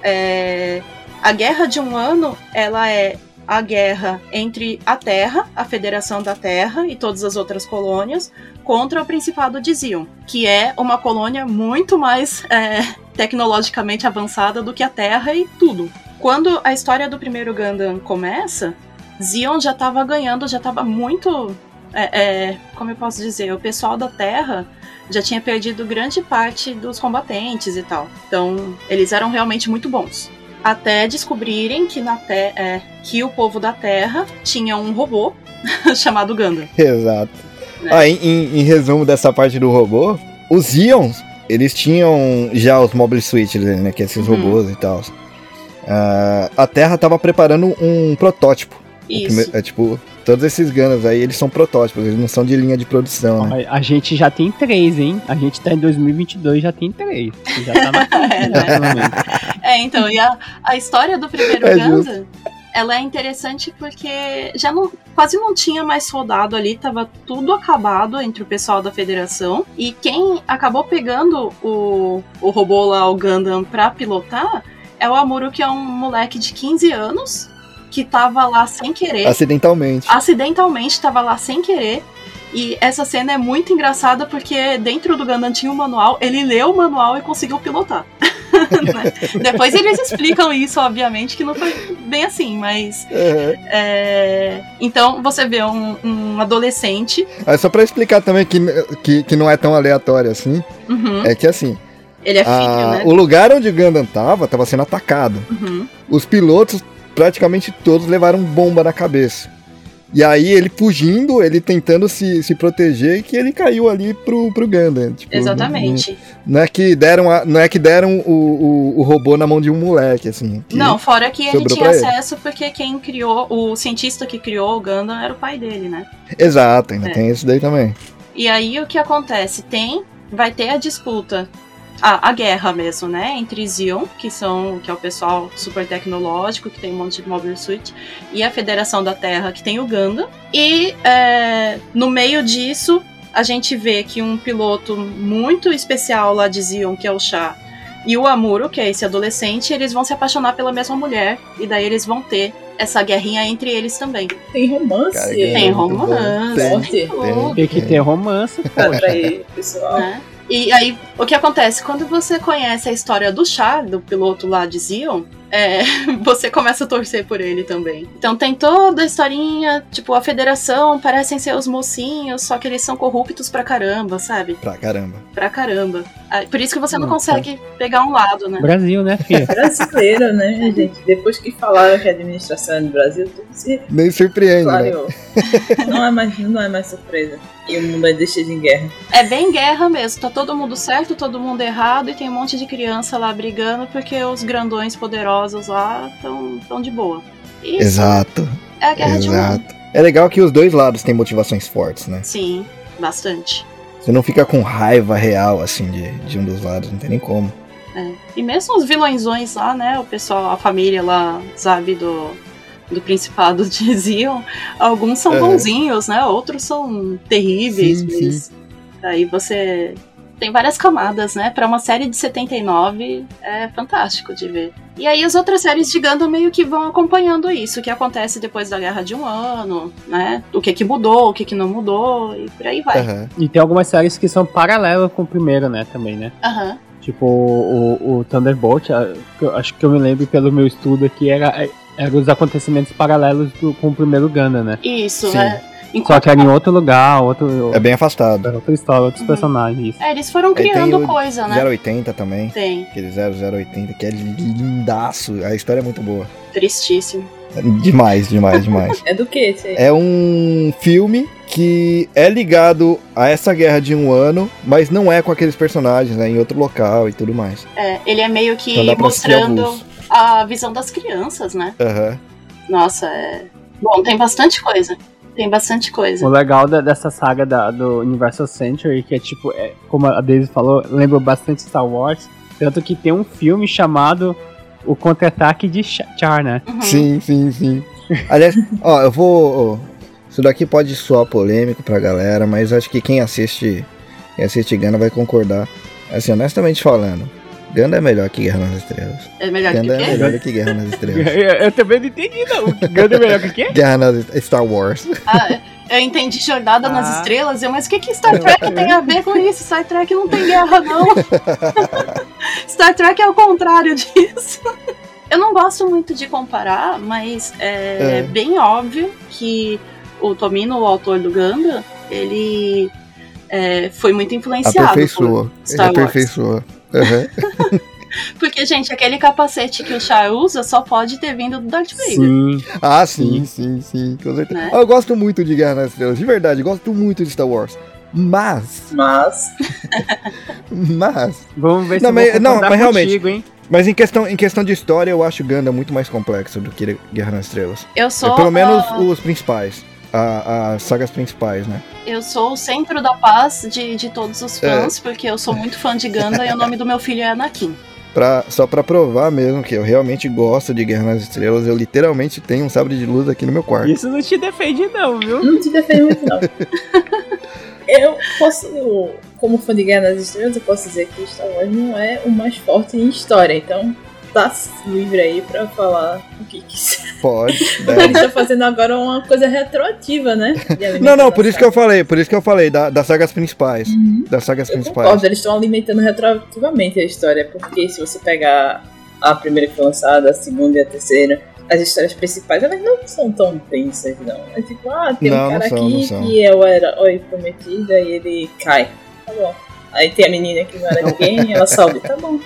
a Guerra de um Ano, ela é a guerra entre a Terra, a Federação da Terra e todas as outras colônias, contra o Principado de Zion, que é uma colônia muito mais tecnologicamente avançada do que a Terra e tudo. Quando a história do primeiro Gundam começa, Zion já estava ganhando, já estava muito... como eu posso dizer? O pessoal da Terra já tinha perdido grande parte dos combatentes e tal. Então, eles eram realmente muito bons. Até descobrirem que o povo da Terra tinha um robô chamado Gundam. Exato. Em resumo dessa parte do robô, os Zions, eles tinham já os Mobile Suits, né, que é esses robôs e tal. A Terra estava preparando um protótipo. Isso. Todos esses Gundams aí, eles são protótipos, eles não são de linha de produção, né? A gente já tem 3, hein? A gente tá em 2022, já tem 3. Já tá na então, e a história do primeiro Gundam ela é interessante porque já quase não tinha mais soldado ali, tava tudo acabado entre o pessoal da Federação. E quem acabou pegando o robô lá, o Gundam, pra pilotar, é o Amuro, que é um moleque de 15 anos, que tava lá sem querer. Acidentalmente tava lá sem querer. E essa cena é muito engraçada porque dentro do Gundam tinha um manual, ele leu o manual e conseguiu pilotar. Depois eles explicam isso, obviamente, que não foi bem assim, mas... Então você vê um adolescente... Só pra explicar também que não é tão aleatório assim, é que assim... Ele é filho, né? O lugar onde o Gundam tava sendo atacado. Os pilotos, praticamente todos, levaram bomba na cabeça. E aí ele fugindo, ele tentando se proteger, e que ele caiu ali pro Gundam. Tipo, exatamente. Não é que deram o robô na mão de um moleque, assim. Não, fora que ele tinha acesso porque quem criou, o cientista que criou o Gundam era o pai dele, né? Exato, ainda tem isso daí também. E aí o que acontece? Vai ter a disputa, a guerra mesmo, né? Entre Zeon, que é o pessoal super tecnológico, que tem um monte de Mobile Suit, e a Federação da Terra, que tem o Gundam. E no meio disso, a gente vê que um piloto muito especial lá de Zeon, que é o Shah, e o Amuro, que é esse adolescente, eles vão se apaixonar pela mesma mulher, e daí eles vão ter essa guerrinha entre eles também. Tem romance. Cara, tem romance. Tem que ter romance, poxa. Aí, pessoal. E aí, o que acontece? Quando você conhece a história do Char, do piloto lá de Zeon, você começa a torcer por ele também. Então tem toda a historinha, tipo, a Federação parecem ser os mocinhos, só que eles são corruptos pra caramba, sabe? Pra caramba. Por isso que você não consegue pegar um lado, né? Brasil, né, filha? Brasileiro, né, gente? Depois que falaram que a administração é do Brasil, tudo se... Nem surpreende, clareou, né? Não é mais surpresa. E o mundo é deixado em guerra. É bem guerra mesmo. Tá todo mundo certo, todo mundo errado, e tem um monte de criança lá brigando porque os grandões poderosos lá estão de boa. Isso. Exato. É a guerra de um ano. É legal que os dois lados têm motivações fortes, né? Sim, bastante. Você não fica com raiva real, assim, de um dos lados, não tem nem como. E mesmo os vilõezões lá, né? O pessoal, a família lá, sabe, do Principado de Zeon, alguns são bonzinhos, né? Outros são terríveis, mas aí você tem várias camadas, né? Pra uma série de 79 é fantástico de ver. E aí as outras séries de Gundam meio que vão acompanhando isso, o que acontece depois da Guerra de um Ano, né? O que mudou, o que não mudou, e por aí vai. E tem algumas séries que são paralelas com o primeiro, né, também, né? Tipo o Thunderbolt, acho que eu me lembro pelo meu estudo aqui, era os acontecimentos paralelos com o primeiro Gundam, né? Isso, Só que era em outro lugar, é bem afastado. Outra história, outros personagens. Eles foram criando coisa, né? 080 também. Tem. Aquele 0080, que é lindaço. A história é muito boa. Tristíssimo. Demais. É do que esse aí? É um filme que é ligado a essa guerra de um ano, mas não é com aqueles personagens, né? Em outro local e tudo mais. Ele é meio que então mostrando a visão das crianças, né? Nossa, Bom, tem bastante coisa. O legal dessa saga do Universal Century, que é tipo, como a Daisy falou, lembra bastante Star Wars. Tanto que tem um filme chamado O Contra-Ataque de Char, né? Sim. Aliás, eu vou... Isso daqui pode soar polêmico pra galera, mas acho que quem assiste Gundam vai concordar. Assim, honestamente falando, Gundam é melhor que Guerra nas Estrelas. É melhor que o quê? Gundam é melhor do que Guerra nas Estrelas. Eu também não entendi, não. Gundam é melhor que o quê? Guerra nas Star Wars. Eu entendi Jornada nas Estrelas, mas o que Star Trek tem a ver com isso? Star Trek não tem guerra, não. Star Trek é o contrário disso. Eu não gosto muito de comparar, mas é bem óbvio que o Tomino, o autor do Gundam, ele foi muito influenciado por Star Wars. Aperfeiçoou. Porque, gente, aquele capacete que o Char usa só pode ter vindo do Darth Vader. Sim, com certeza. Né? Eu gosto muito de Guerra nas Estrelas, de verdade, gosto muito de Star Wars. Mas... Vamos ver se eu vou mas realmente, hein? Mas em questão de história, eu acho Gundam muito mais complexo do que Guerra nas Estrelas. Eu sou... Pelo menos os principais. As sagas principais, né? Eu sou o centro da paz de todos os fãs, porque eu sou muito fã de Gundam e o nome do meu filho é Anakin. Só pra provar mesmo que eu realmente gosto de Guerra nas Estrelas, eu literalmente tenho um sabre de luz aqui no meu quarto. Isso não te defende não, viu? Não te defendo muito, não. Eu posso, como fã de Guerra nas Estrelas, eu posso dizer que Star Wars não é o mais forte em história, então tá livre aí pra falar o que quiser. Pode, Ele tá fazendo agora uma coisa retroativa, né? Não, por isso que eu falei das sagas principais. Das sagas principais. Concordo, eles estão alimentando retroativamente a história, porque se você pegar a primeira que foi lançada, a segunda e a terceira, as histórias principais, elas não são tão tensas, não. É tipo, tem um cara aqui que é o herói prometido e ele cai. Tá bom. Aí tem a menina que não era ninguém, ela salva, tá bom.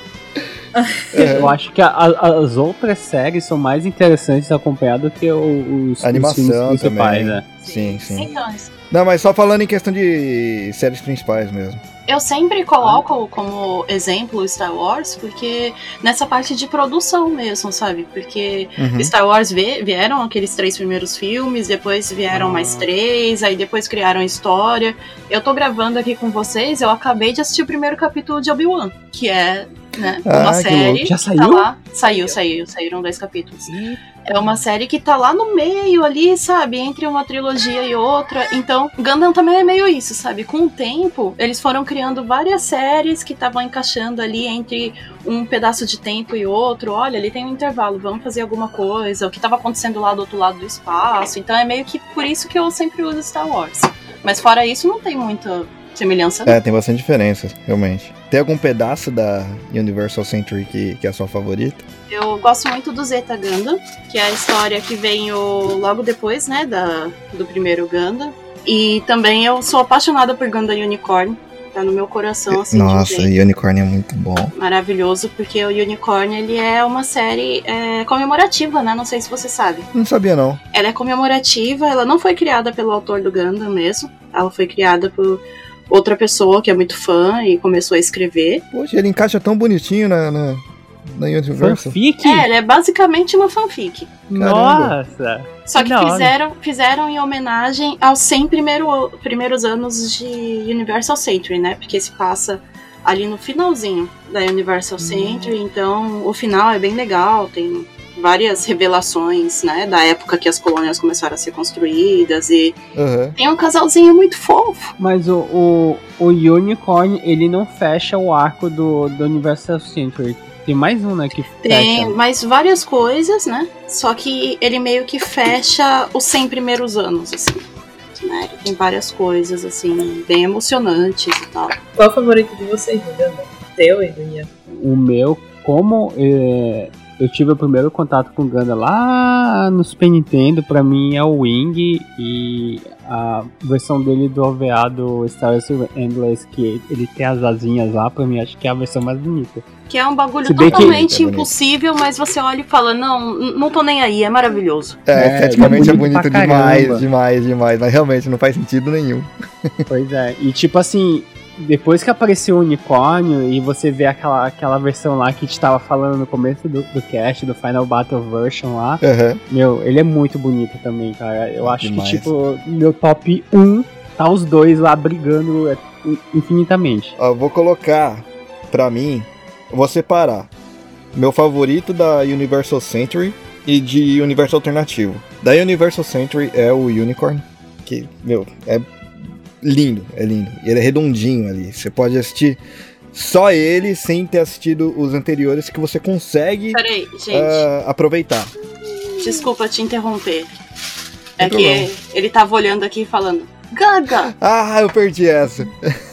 Eu acho que as outras séries são mais interessantes de acompanhar do que os filmes principais, também. Né? Sim. Então, não, mas só falando em questão de séries principais mesmo. Eu sempre coloco como exemplo Star Wars, porque nessa parte de produção mesmo, sabe? Porque Star Wars vieram aqueles 3 primeiros filmes, depois vieram mais 3, aí depois criaram a história. Eu tô gravando aqui com vocês, eu acabei de assistir o primeiro capítulo de Obi-Wan, que é, né, uma série. Já saiu? Tá lá. Saíram 2 capítulos. É uma série que tá lá no meio ali, sabe? Entre uma trilogia e outra. Então, Gundam também é meio isso, sabe? Com o tempo, eles foram criando várias séries que estavam encaixando ali entre um pedaço de tempo e outro. Olha, ali tem um intervalo, vamos fazer alguma coisa. O que tava acontecendo lá do outro lado do espaço. Então é meio que por isso que eu sempre uso Star Wars. Mas fora isso, não tem muita semelhança. Tem bastante diferença, realmente. Tem algum pedaço da Universal Century que é a sua favorita? Eu gosto muito do Zeta Gundam, que é a história que veio logo depois, né, do primeiro Gundam. E também eu sou apaixonada por Gundam Unicorn. Tá no meu coração, assim. Nossa, Unicorn é muito bom. Maravilhoso, porque o Unicorn, ele é uma série comemorativa, né? Não sei se você sabe. Não sabia, não. Ela é comemorativa, ela não foi criada pelo autor do Gundam mesmo. Ela foi criada por outra pessoa que é muito fã e começou a escrever. Poxa, ele encaixa tão bonitinho na Universal. Fanfic? Ela é basicamente uma fanfic. Caramba. Nossa! Só que fizeram em homenagem aos 100 primeiros anos de Universal Century, né? Porque se passa ali no finalzinho da Universal Century, então o final é bem legal, tem várias revelações, né, da época que as colônias começaram a ser construídas e tem um casalzinho muito fofo. Mas o Unicorn, ele não fecha o arco do Universal Century. Tem mais um, né, que fecha. Tem mais várias coisas, né, só que ele meio que fecha os 100 primeiros anos, assim. Né? Ele tem várias coisas, assim, bem emocionantes e tal. Qual é o favorito de vocês, Gundam? Teu e do Ian? O meu, como eu tive o primeiro contato com o Gundam lá no Super Nintendo, pra mim é o Wing, e a versão dele do OVA do Star Wars Endless, que ele tem as asinhas lá, pra mim acho que é a versão mais bonita. Que é um bagulho totalmente impossível, mas você olha e fala, não tô nem aí, é maravilhoso. Esteticamente é bonito demais, mas realmente não faz sentido nenhum. Pois é, e tipo assim, depois que apareceu o unicórnio e você vê aquela versão lá que a gente tava falando no começo do cast, do Final Battle Version lá, meu, ele é muito bonito também, cara. Eu acho demais. Que, tipo, meu top 1 tá os dois lá brigando infinitamente. Vou colocar, pra mim, vou separar meu favorito da Universal Century e de Universo Alternativo. Da Universal Century é o Unicorn, que, meu, é lindo. Ele é redondinho ali. Você pode assistir só ele sem ter assistido os anteriores, que você consegue aproveitar. Desculpa te interromper. É que ele tava olhando aqui e falando Gaga! Eu perdi essa.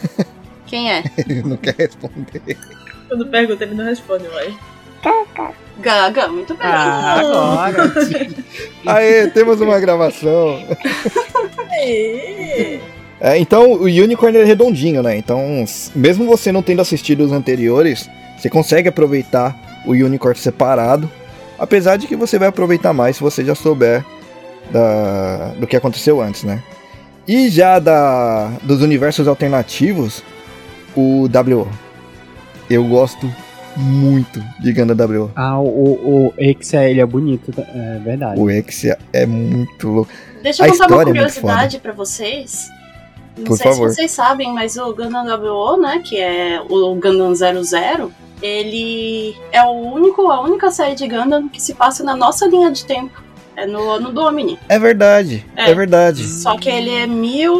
Quem é? Ele não quer responder. Quando pergunta, ele não responde mais. Gaga, muito bem. Agora. Aê, temos uma gravação. Então, o Unicorn é redondinho, né? Então, mesmo você não tendo assistido os anteriores, você consegue aproveitar o Unicorn separado, apesar de que você vai aproveitar mais se você já souber do que aconteceu antes, né? E já dos universos alternativos, o WO. Eu gosto muito de Gundam WO. O Exia, ele é bonito, é verdade. O Exia é muito louco. Deixa eu contar uma curiosidade pra vocês. Não sei se vocês sabem, mas o Gundam WO, né, que é o Gundam 00, ele é a única série de Gundam que se passa na nossa linha de tempo. É no ano Domini. É verdade, é verdade. Só que ele é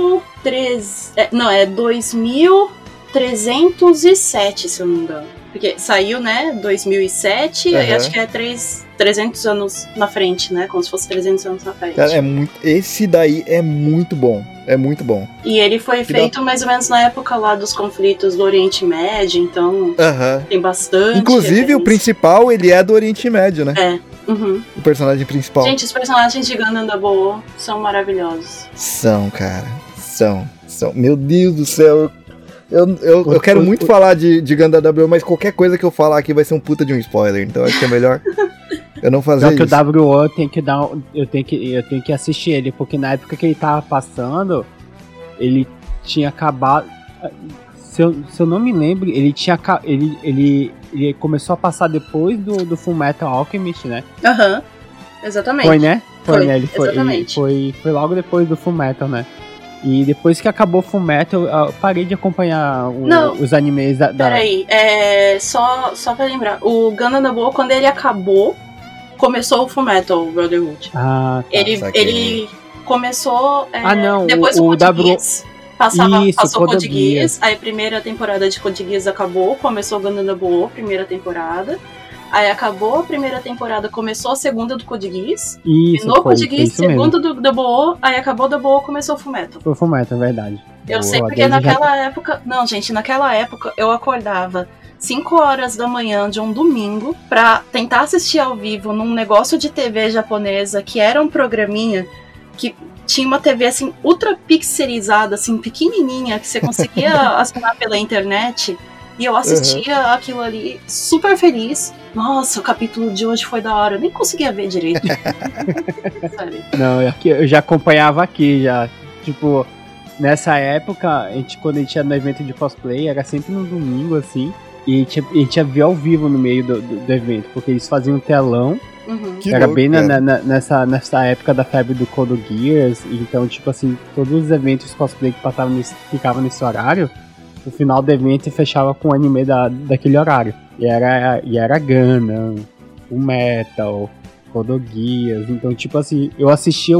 2307, se eu não me engano. Porque saiu, né, 2007, aí acho que é 300 anos na frente, né, como se fosse 300 anos na frente. Cara, esse daí é muito bom, é muito bom. E ele foi feito mais ou menos na época lá dos conflitos do Oriente Médio, então tem bastante. Inclusive, o principal, ele é do Oriente Médio, né? O personagem principal. Gente, os personagens de Gundam Double são maravilhosos. São, cara, são. Meu Deus do céu, eu quero muito falar de Gundam W, mas qualquer coisa que eu falar aqui vai ser um puta de um spoiler, então acho que é melhor eu não fazer isso. Só que o WO eu tenho que assistir ele, porque na época que ele tava passando, ele tinha acabado, se eu não me lembro, ele começou a passar depois do Fullmetal Alchemist, né? Exatamente. Foi, né? Foi, né? Exatamente. Foi logo depois do Fullmetal, né? E depois que acabou o Fullmetal, eu parei de acompanhar os animes da... Peraí, só pra lembrar, o Gundam Double, quando ele acabou, começou o Fullmetal Brotherhood. Ah, tá. Ele começou depois o Code Geass. Passou Code Geass, aí a primeira temporada de Code Geass acabou, começou o Gundam Double, primeira temporada. Aí acabou a primeira temporada, começou a segunda do Code Geass. Isso, e no Code Geass, segunda do Double, aí acabou o Double, começou o Fullmetal. Foi o Fullmetal, é verdade. Eu sei porque naquela época... Não, gente, naquela época eu acordava 5 horas da manhã de um domingo pra tentar assistir ao vivo num negócio de TV japonesa, que era um programinha que tinha uma TV assim, ultra pixelizada, assim, pequenininha, que você conseguia assinar pela internet. E eu assistia aquilo ali super feliz. Nossa, o capítulo de hoje foi da hora. Eu nem conseguia ver direito. Não, eu já acompanhava aqui, já. Tipo, nessa época, quando a gente ia no evento de cosplay, era sempre no domingo, assim. E a gente ia ver ao vivo no meio do evento, porque eles faziam um telão. Era bem nessa época da febre do Code Geass. Então, tipo assim, todos os eventos cosplay que ficavam nesse horário, o final do evento fechava com o anime daquele horário. E era Gundam, Fullmetal, Code Geass. Então, tipo assim, eu assisti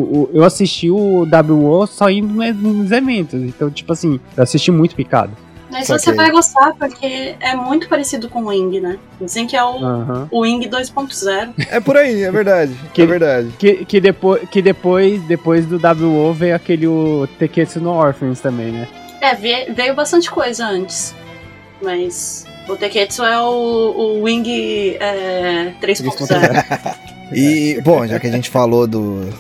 o WO só indo nos eventos. Então, tipo assim, eu assisti muito picado. Mas você vai gostar, porque é muito parecido com o Wing, né? Dizem que é o Wing 2.0. É por aí, é verdade. É verdade. Que depois do WO veio aquele Teketsu no Orphans também, né? Veio bastante coisa antes. Mas o Teketsu é o Wing 3.0. E, bom, já que a gente falou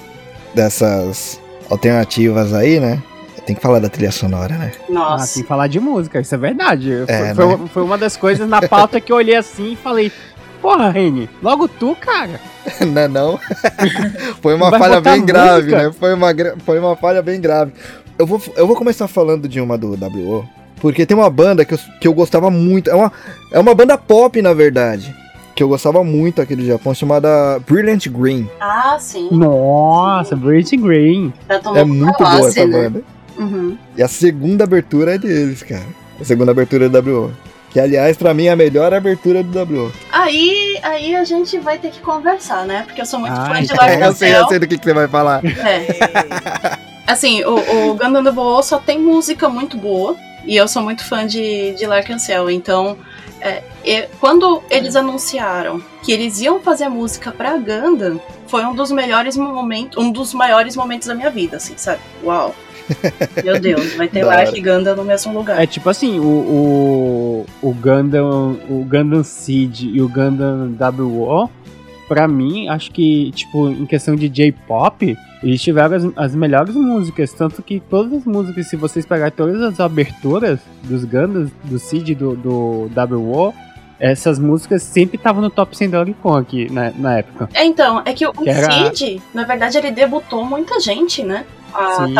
dessas alternativas aí, né? Tem que falar da trilha sonora, né? Nossa. Tem que falar de música, isso é verdade. Né? Foi uma das coisas na pauta que eu olhei assim e falei: porra, Reni, logo tu, cara. Não. Foi uma falha bem grave, né? Foi uma falha bem grave. Eu vou começar falando de uma do WO, porque tem uma banda que eu gostava muito. É uma banda pop, na verdade, que eu gostava muito aqui do Japão, chamada Brilliant Green. Ah, sim. Nossa, Brilliant Green. É muito boa essa banda. E a segunda abertura é deles, cara. A segunda abertura do WO. Que, aliás, pra mim é a melhor abertura do WO. Aí a gente vai ter que conversar, né? Porque eu sou muito fã de Lark Cell. Eu sei do que você vai falar. Assim, o Gundam Double só tem música muito boa. E eu sou muito fã de Lark Cell. Então, quando eles anunciaram que eles iam fazer música pra Gundam, foi um dos maiores momentos da minha vida, assim, sabe? Uau! Meu Deus, vai ter Lark e Gundam no mesmo lugar. É tipo assim, o Gundam Seed e o Gundam WO, pra mim, acho que, tipo, em questão de J-pop, eles tiveram as melhores músicas, tanto que todas as músicas, se vocês pegarem todas as aberturas dos Gundams, do Seed e do WO, essas músicas sempre estavam no top 100 da Oricon aqui na época. Então, é que o Seed, na verdade, ele debutou muita gente, né? Sim,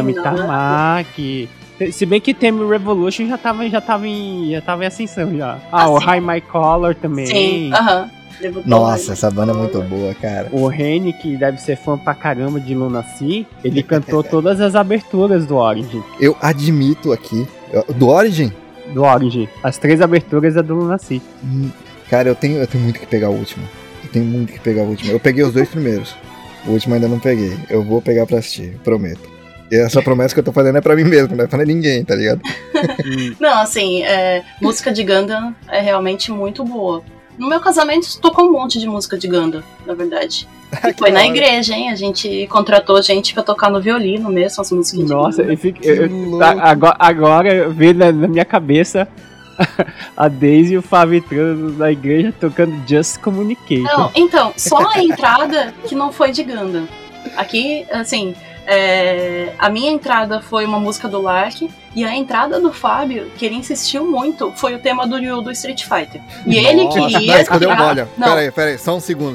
Tamaki. Se bem que Theme Revolution já tava em ascensão já. O High My Color também. Sim, Nossa, essa banda é muito boa, cara. O Reni, que deve ser fã pra caramba de Luna Sea, ele cantou todas as aberturas do Origin. Eu admito aqui. Do Origin? do Origin. As 3 aberturas é do Lunacy. Cara, eu tenho muito que pegar o último. Eu peguei os 2 primeiros. O último ainda não peguei. Eu vou pegar pra assistir, prometo. E essa promessa que eu tô fazendo é pra mim mesmo, não é pra ninguém, tá ligado? Não, assim, música de Gundam é realmente muito boa. No meu casamento tocou um monte de música de Gundam, na verdade. E foi na igreja, hein? A gente contratou gente pra tocar no violino mesmo, as músicas de Nossa, Gundam. agora veio na minha cabeça a Daisy e o Fábio entrando na igreja tocando Just Communication. Não, então, só a entrada que não foi de Gundam. Aqui, assim, a minha entrada foi uma música do Lark, e a entrada do Fábio, que ele insistiu muito, foi o tema do Ryu do Street Fighter. E ele queria... Mas cadê o bolha? Peraí, só um segundo.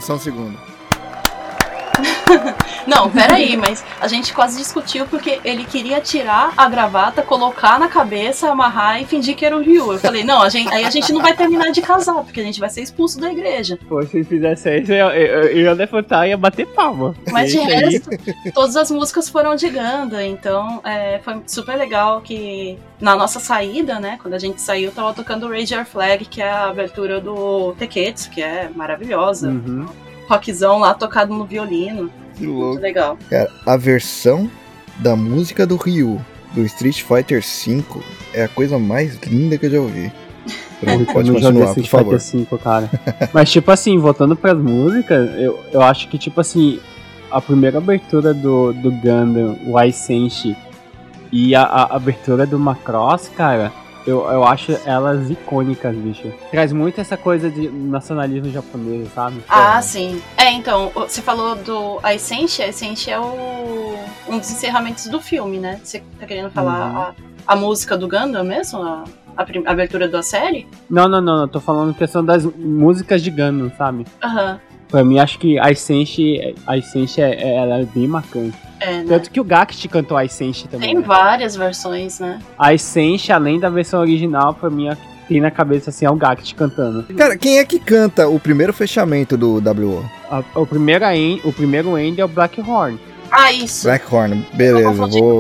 Não, peraí, mas a gente quase discutiu porque ele queria tirar a gravata, colocar na cabeça, amarrar e fingir que era o Ryu. Eu falei, não, aí a gente não vai terminar de casar, porque a gente vai ser expulso da igreja. Pô, se fizesse isso, eu ia levantar e ia bater palma. Mas de resto, todas as músicas foram de Gundam, então foi super legal que na nossa saída, né, quando a gente saiu, tava tocando Raise Your Flag, que é a abertura do Teketsu, que é maravilhosa. Uhum. Rockzão lá tocado no violino. Que louco. Muito legal. Cara, a versão da música do Ryu do Street Fighter V é a coisa mais linda que eu já ouvi. Pode continuar, por favor. Street Fighter V, cara. Mas, tipo assim, voltando pras músicas, eu acho que, tipo assim, a primeira abertura do Gundam, o Aisenshi, e a abertura do Macross, cara, eu acho elas icônicas, bicho. Traz muito essa coisa de nacionalismo japonês, sabe? Ah, sim. Então, você falou do Aisenshi. Aisenshi é um dos encerramentos do filme, né? Você tá querendo falar a música do Gundam mesmo? A abertura da série? Não. Tô falando questão das músicas de Gundam, sabe? Aham. Pra mim, acho que a Aisenshi ela é bem marcante. Né? Tanto que o Gact cantou a Aisenshi também. Tem várias versões, né? A Aisenshi, além da versão original, pra mim, tem na cabeça assim, é o Gact cantando. Cara, quem é que canta o primeiro fechamento do WO? O primeiro end é o Blackhorn. Ah, isso. Blackhorn, beleza, eu confundi com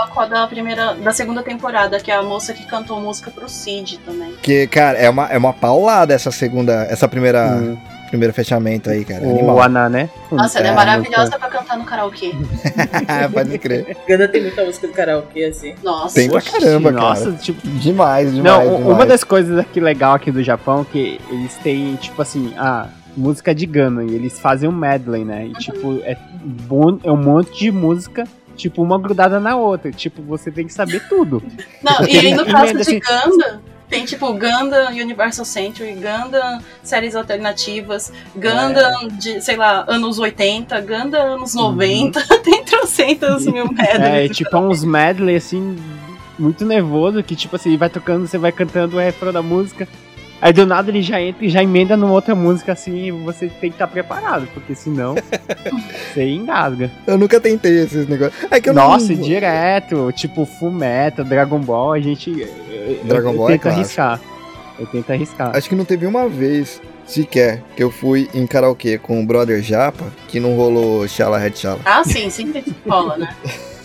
a da segunda temporada, que é a moça que cantou música pro Cid também. Que, cara, é uma paulada essa primeiro fechamento aí, cara. O Ana, né? Nossa, ela é maravilhosa pra cantar no karaokê. Pode crer. Gundam tem muita música do karaokê, assim. Nossa. Tem pra caramba, cara. Nossa, tipo... Demais. Não, uma das coisas aqui legal aqui do Japão, que eles têm, tipo assim, música de Gundam, e eles fazem um medley, né? E, tipo, é um monte de música, tipo, uma grudada na outra. Tipo, você tem que saber tudo. Não, e aí no caso de assim, Gundam, tem tipo Gundam Universal Century, Gundam séries alternativas, Gundam de, sei lá, anos 80, Gundam anos 90, tem trocentas mil medleys. Tipo, uns medley, assim, muito nervoso, que tipo assim, vai tocando, você vai cantando o refrão da música, aí do nada ele já entra e já emenda numa outra música, assim, e você tem que estar preparado, porque senão você engasga. Eu nunca tentei esses negócios. Nossa, direto, tipo Fullmetal, Dragon Ball, a gente... Dragon Ball eu tento arriscar. Acho que não teve uma vez sequer que eu fui em karaokê com o brother Japa que não rolou Shala Red Shala. Ah, sim, sempre rola, né?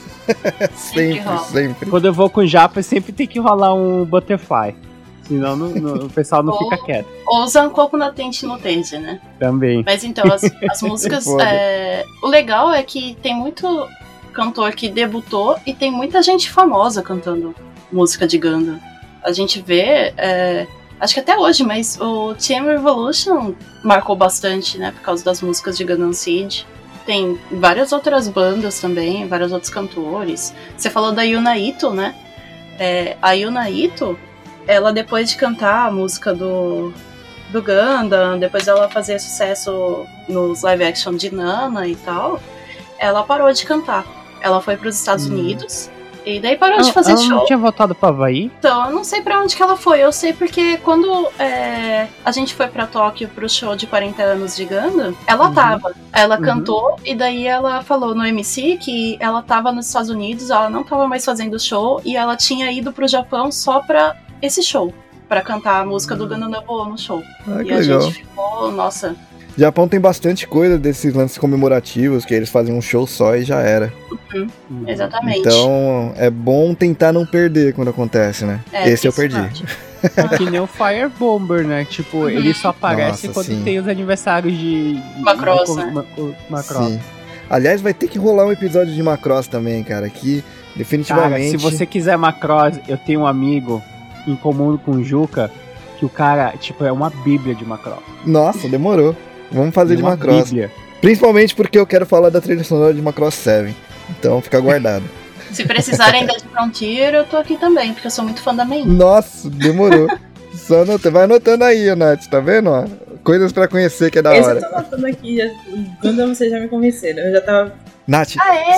sempre. Quando eu vou com o Japa, sempre tem que rolar um Butterfly. Senão o pessoal não fica quieto. Ou Zankoku na Tente no Tense, né? Também. Mas então, as músicas... o legal é que tem muito cantor que debutou e tem muita gente famosa cantando música de Gundam. A gente vê... acho que até hoje, mas o TM Revolution marcou bastante, né? Por causa das músicas de Gundam Seed. Tem várias outras bandas também, vários outros cantores. Você falou da Yuna Ito, né? A Yuna Ito... Ela, depois de cantar a música do Gundam, depois ela fazer sucesso nos live action de Nana e tal, ela parou de cantar. Ela foi para os Estados Unidos e daí parou de fazer show. Ela não tinha voltado para Havaí? Então, eu não sei para onde que ela foi. Eu sei porque quando a gente foi para Tóquio pro show de 40 anos de Gundam, ela tava. Ela cantou e daí ela falou no MC que ela tava nos Estados Unidos, ela não tava mais fazendo show e ela tinha ido pro Japão só pra esse show, pra cantar a música do Gundam Nobuo no show. Ah, e que a legal. gente ficou, nossa... Japão tem bastante coisa desses lances comemorativos, que eles fazem um show só e já era. Exatamente. Então, é bom tentar não perder quando acontece, né? Esse eu perdi. É que nem o Fire Bomber, né? Tipo, ele só aparece quando tem os aniversários de Macross, né? Macross. Sim. Aliás, vai ter que rolar um episódio de Macross também, cara, que definitivamente... Cara, se você quiser Macross, eu tenho um amigo em comum com o Juca, que o cara, tipo, é uma bíblia de Macross. Nossa, demorou. Vamos fazer de Macross. Bíblia. Principalmente porque eu quero falar da trilha sonora de Macross 7. Então fica guardado. Se precisarem da de Frontier, eu tô aqui também, porque eu sou muito fã da main. Nossa, demorou. Só vai anotando aí, Nath, tá vendo? Ó? Coisas pra conhecer que é da hora. Eu tô anotando aqui, quando vocês já me convenceram. Eu já tava... Nath,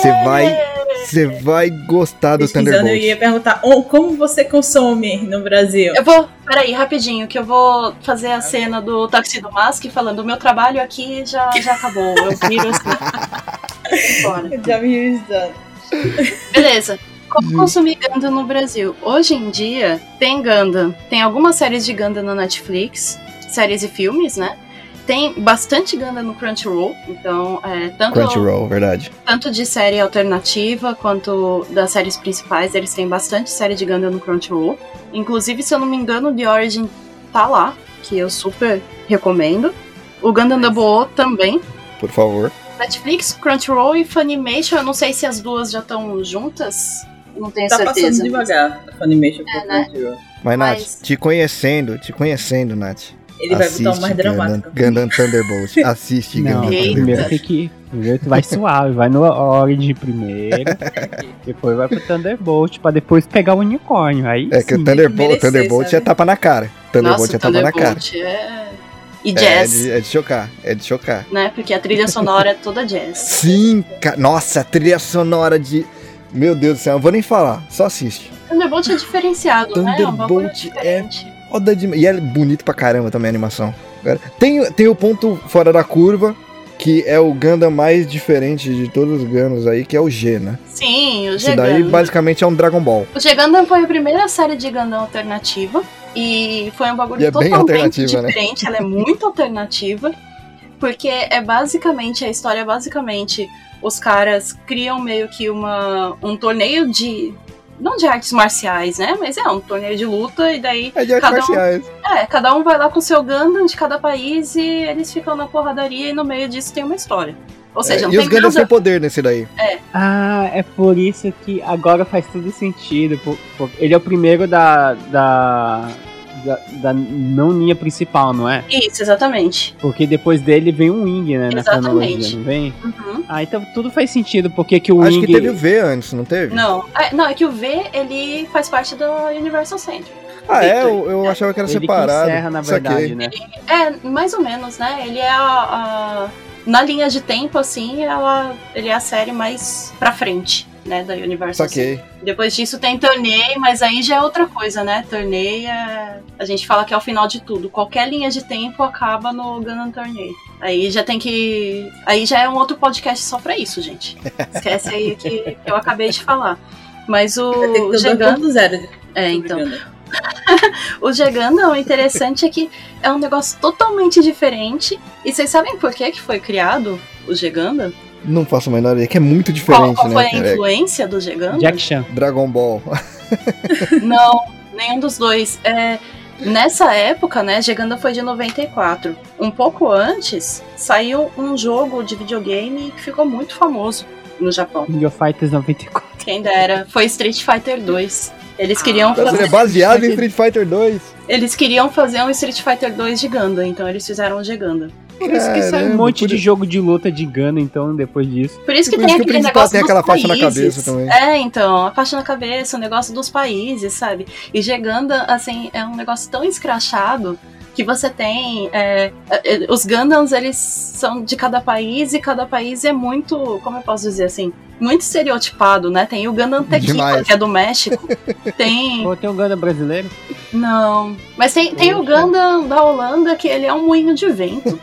você vai gostar do Thunderbolt. Eu ia perguntar como você consome no Brasil. Peraí, rapidinho, que eu vou fazer a cena do Tuxedo Mask falando, o meu trabalho aqui já acabou, eu viro assim. Eu já me visando. Beleza. Como consumir Gundam no Brasil? Hoje em dia, tem Gundam. Tem algumas séries de Gundam na Netflix, séries e filmes, né? Tem bastante Gundam no Crunchyroll, então Crunchyroll, verdade. Tanto de série alternativa quanto das séries principais, eles têm bastante série de Gundam no Crunchyroll. Inclusive, se eu não me engano, The Origin tá lá, que eu super recomendo. O Gundam Double O também. Por favor. Netflix, Crunchyroll e Funimation, eu não sei se as duas já estão juntas, não tenho certeza. Tá passando devagar a Funimation pro Crunchyroll. Mas, Nath, te conhecendo, Nath. Ele vai botar o mais dramático. Gundam Thunderbolt. Assiste Gundam Thunderbolt. Primeiro tem que... Primeiro tu vai suave, vai no Origin primeiro, depois vai pro Thunderbolt, pra depois pegar o unicórnio. Aí que o Thunderbolt é tapa na cara. Thunderbolt é tapa na cara. E jazz. É de chocar. Né? Porque a trilha sonora é toda jazz. Sim, nossa, a trilha sonora de... Meu Deus do céu, não vou nem falar, só assiste. Thunderbolt é diferenciado, né? Thunderbolt foda de... E é bonito pra caramba também a animação. Tem o ponto fora da curva, que é o Gundam mais diferente de todos os Gundams aí, que é o G, né? Sim, o G Gundam. Isso daí basicamente é um Dragon Ball. O G Gundam foi a primeira série de Gundam alternativa. E foi um bagulho totalmente diferente, né? Ela é muito alternativa, porque a história é basicamente, os caras criam meio que um torneio de, não de artes marciais, né, mas um torneio de luta, e daí de artes marciais. Cada um vai lá com o seu Gundam de cada país, e eles ficam na porradaria, e no meio disso tem uma história. Ou seja, não e tem os Gundam sem poder nesse daí. É por isso que agora faz tudo sentido. Ele é o primeiro da não linha principal, não é? Isso, exatamente. Porque depois dele vem o Wing, né? Na cronologia, não vem? Uhum. Então tudo faz sentido, porque que o Wing... Acho que teve o V antes, não teve? Não, é que o V, ele faz parte do Universal Century. Eu achava que era separado. Ele encerra, na verdade, né? Mais ou menos, né? Ele é na linha de tempo, assim, ele é a série mais pra frente, né, da Universal. Saquei. Depois disso tem Torneio, mas aí já é outra coisa, né? Torneio a gente fala que é o final de tudo. Qualquer linha de tempo acaba no Gundam Torneio. Aí já tem que... Aí já é um outro podcast só pra isso, gente. Esquece aí que eu acabei de falar. Mas o G-Gundam... então... O G-Gundam, o interessante é que é um negócio totalmente diferente. E vocês sabem por que foi criado o G-Gundam? Não faço a menor ideia, que é muito diferente, qual foi a influência do G-Gundam? Jack Chan. Dragon Ball. Não, nenhum dos dois. Nessa época, né, G-Gundam foi de 94. Um pouco antes, saiu um jogo de videogame que ficou muito famoso no Japão. King of Fighters 94. Quem dera, foi Street Fighter 2. Eles queriam fazer... Ele é baseado em Street Fighter 2. Eles queriam fazer um Street Fighter 2 de Gundam, então eles fizeram um G-Gundam. Por isso que sai um monte de jogo de luta de Gundam, então, depois disso. Por isso que tem aquele negócio tem aquela países. Faixa na cabeça também. Então, a faixa na cabeça, o negócio dos países, sabe? E G-Gundam, assim, é um negócio tão escrachado que você tem... os Gundams, eles são de cada país, e cada país é muito... Como eu posso dizer assim? Muito estereotipado, né? Tem o Gundam Tequila, que é do México. Tem um Gundam brasileiro? Não. Mas tem o Gundam da Holanda, que ele é um moinho de vento.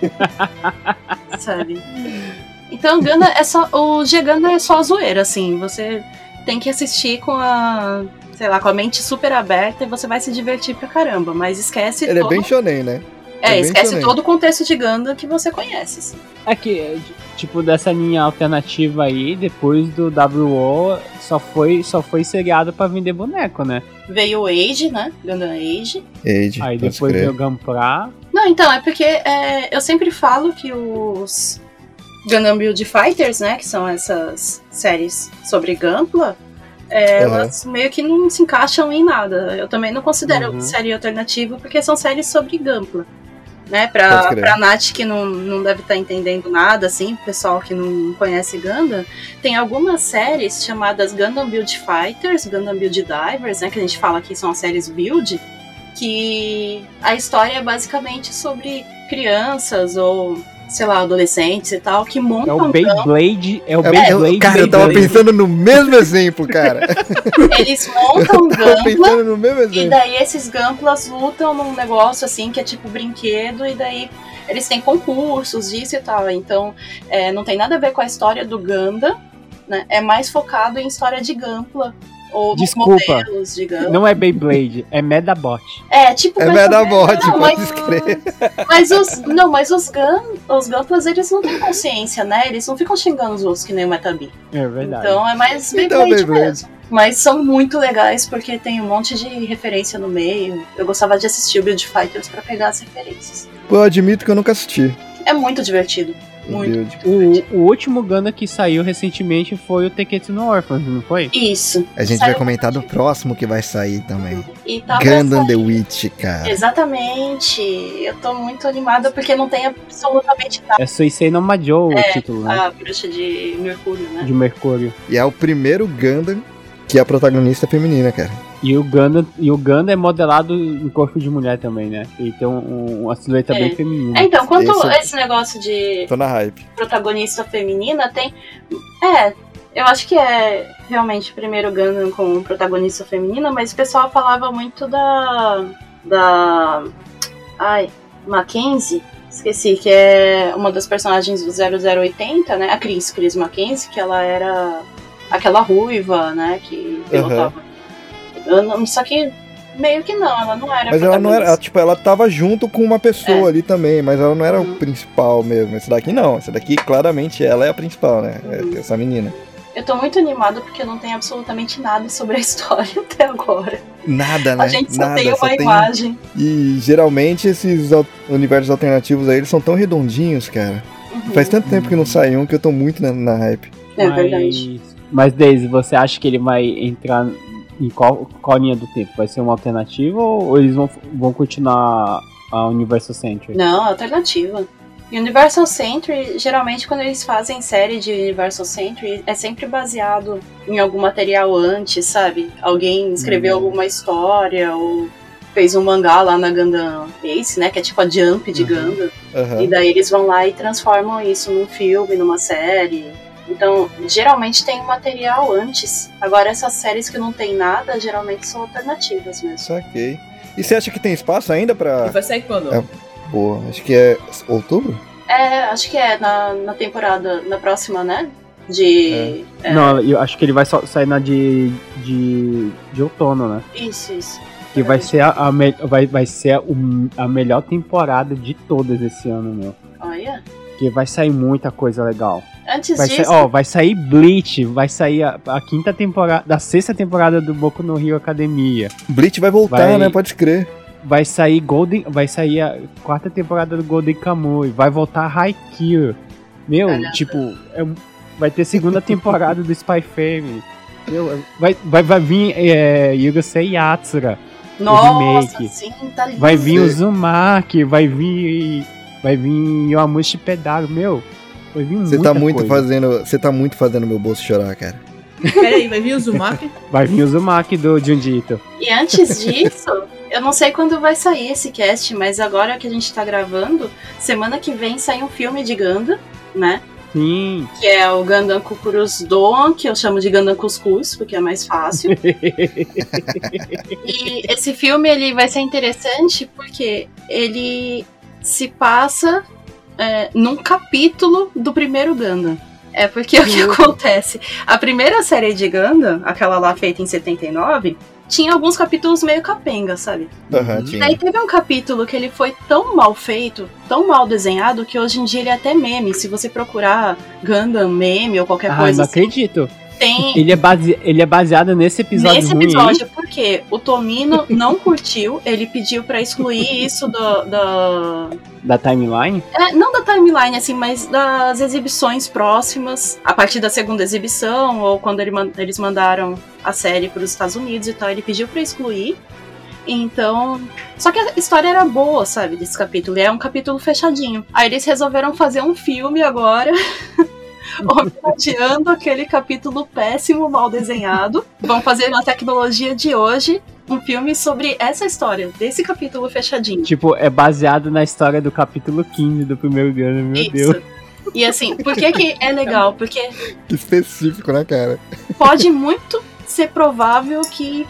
Sabe? Então o G-Gundam é só a zoeira, assim. Você tem que assistir com a mente super aberta, e você vai se divertir pra caramba. Mas esquece Ele é bem shonen, né? Esquece todo o contexto de Gundam que você conhece. Assim. É que, tipo, dessa linha alternativa aí, depois do WO, só foi seriado pra vender boneco, né? Veio o Age, né? Gundam Age. Aí depois veio o Gunpla. Não, então, é porque eu sempre falo que os Gundam Build Fighters, né, que são essas séries sobre Gunpla, elas meio que não se encaixam em nada. Eu também não considero série alternativa, porque são séries sobre Gunpla. Né, pra Nath que não deve estar entendendo nada, assim, pessoal que não conhece Gundam, tem algumas séries chamadas Gundam Build Fighters, Gundam Build Divers, né, que a gente fala que são as séries Build, que a história é basicamente sobre crianças ou, sei lá, adolescentes e tal, que montam... É o Beyblade, Beyblade. Cara, eu tava pensando no mesmo exemplo, cara. Eles montam pensando no mesmo exemplo. E daí esses Gunplas lutam num negócio assim, que é tipo brinquedo, e daí eles têm concursos disso e tal. Então, não tem nada a ver com a história do Gundam, né? É mais focado em história de Gunpla. Ou desculpa, modelos, digamos. Não é Beyblade, é Medabot. Tipo... É Medabot, pode escrever. Mas os Gunplas, eles não têm consciência, né? Eles não ficam xingando os outros que nem o Metabi. É verdade. Então é mais Beyblade mesmo. Mas são muito legais porque tem um monte de referência no meio. Eu gostava de assistir o Build Fighters pra pegar as referências. Eu admito que eu nunca assisti. É muito divertido. O último Gundam que saiu recentemente foi o Teketsu no Orphans, não foi? Isso. A gente vai comentar do próximo que vai sair também. E tá Gundam The Witch, cara. Exatamente. Eu tô muito animada porque não tem absolutamente nada. É Suisei no Majo o título, né? A bruxa de Mercúrio, né? De Mercúrio. E é o primeiro Gundam que a protagonista é feminina, cara. E o Gundam é modelado em corpo de mulher também, né? E tem uma silhueta bem feminina. Então, quanto a esse negócio de tô na hype. Protagonista feminina, tem... eu acho que é realmente o primeiro Gundam com protagonista feminina, mas o pessoal falava muito da Mackenzie, esqueci, que é uma das personagens do 0080, né? A Chris Mackenzie, que ela era aquela ruiva, né? Que pilotava. Só que meio que não, ela não era. Mas ela não era, tipo, ela tava junto com uma pessoa ali também, mas ela não era o principal mesmo. Esse daqui não, esse daqui claramente ela é a principal, né? Essa menina. Eu tô muito animada porque não tem absolutamente nada sobre a história até agora. Nada, né? A gente só tem uma imagem. E geralmente esses universos alternativos aí, eles são tão redondinhos, cara. Faz tanto tempo que não sai um que eu tô muito na hype. É verdade. Mas Daisy, você acha que ele vai entrar em qual linha do tempo? Vai ser uma alternativa ou eles vão continuar a Universal Century? Não, alternativa. Universal Century, geralmente quando eles fazem série de Universal Century, é sempre baseado em algum material antes, sabe? Alguém escreveu alguma história ou fez um mangá lá na Gundam Ace, né? Que é tipo a Jump de Gundam. E daí eles vão lá e transformam isso num filme, numa série. Então, geralmente tem um material antes. Agora, essas séries que não tem nada, geralmente são alternativas mesmo. Saquei. E você acha que tem espaço ainda pra... E vai sair quando? Boa, acho que é outubro? Acho que é na temporada, na próxima, né? Não, eu acho que ele vai sair na de outono, né? Isso. Que vai ser vai ser a melhor temporada de todas esse ano, meu. Olha. Que vai sair muita coisa legal. Antes disso... vai sair Bleach, vai sair a quinta temporada, da sexta temporada do Boku no Hero Academia. Bleach vai voltar, né? Pode crer. Vai sair a quarta temporada do Golden Kamuy, vai voltar Haikyuu. Meu, vai ter segunda temporada do Spy Family. Meu, vai vir Yurusei Yatsura. Nossa, sim, tá lindo. Vai vir o Uzumaki, vai vir Yoamushi Pedaro, meu. Vai vir muita coisa. Você tá muito fazendo meu bolso chorar, cara. Peraí, vai vir o Uzumaki? Vai vir o Uzumaki do Junji Ito. E antes disso, eu não sei quando vai sair esse cast, mas agora que a gente tá gravando, semana que vem sai um filme de Gundam, né? Sim. Que é o Gundam Kukurus Doan, que eu chamo de Gundam Cuscuz, porque é mais fácil. E esse filme ele vai ser interessante porque ele se passa num capítulo do primeiro Gundam. Porque o que acontece? A primeira série de Gundam, aquela lá feita em 79, tinha alguns capítulos meio capenga, sabe? Uhum, Daí teve um capítulo que ele foi tão mal feito, tão mal desenhado, que hoje em dia ele é até meme. Se você procurar Gundam meme ou qualquer coisa não assim, acredito. tem... Ele é baseado nesse episódio Nesse ruim, episódio, porque o Tomino não curtiu, ele pediu pra excluir isso da timeline? não da timeline, assim, mas das exibições próximas, a partir da segunda exibição, ou quando eles mandaram a série pros Estados Unidos e tal, ele pediu pra excluir. Então... Só que a história era boa, sabe, desse capítulo, e é um capítulo fechadinho. Aí eles resolveram fazer um filme agora... homenageando aquele capítulo péssimo, mal desenhado. Vão fazer na tecnologia de hoje um filme sobre essa história, desse capítulo fechadinho. Tipo, é baseado na história do capítulo 15 do primeiro Gundam, meu Isso. Deus. E assim, por que é legal? Porque Que específico, né, cara? pode muito ser provável que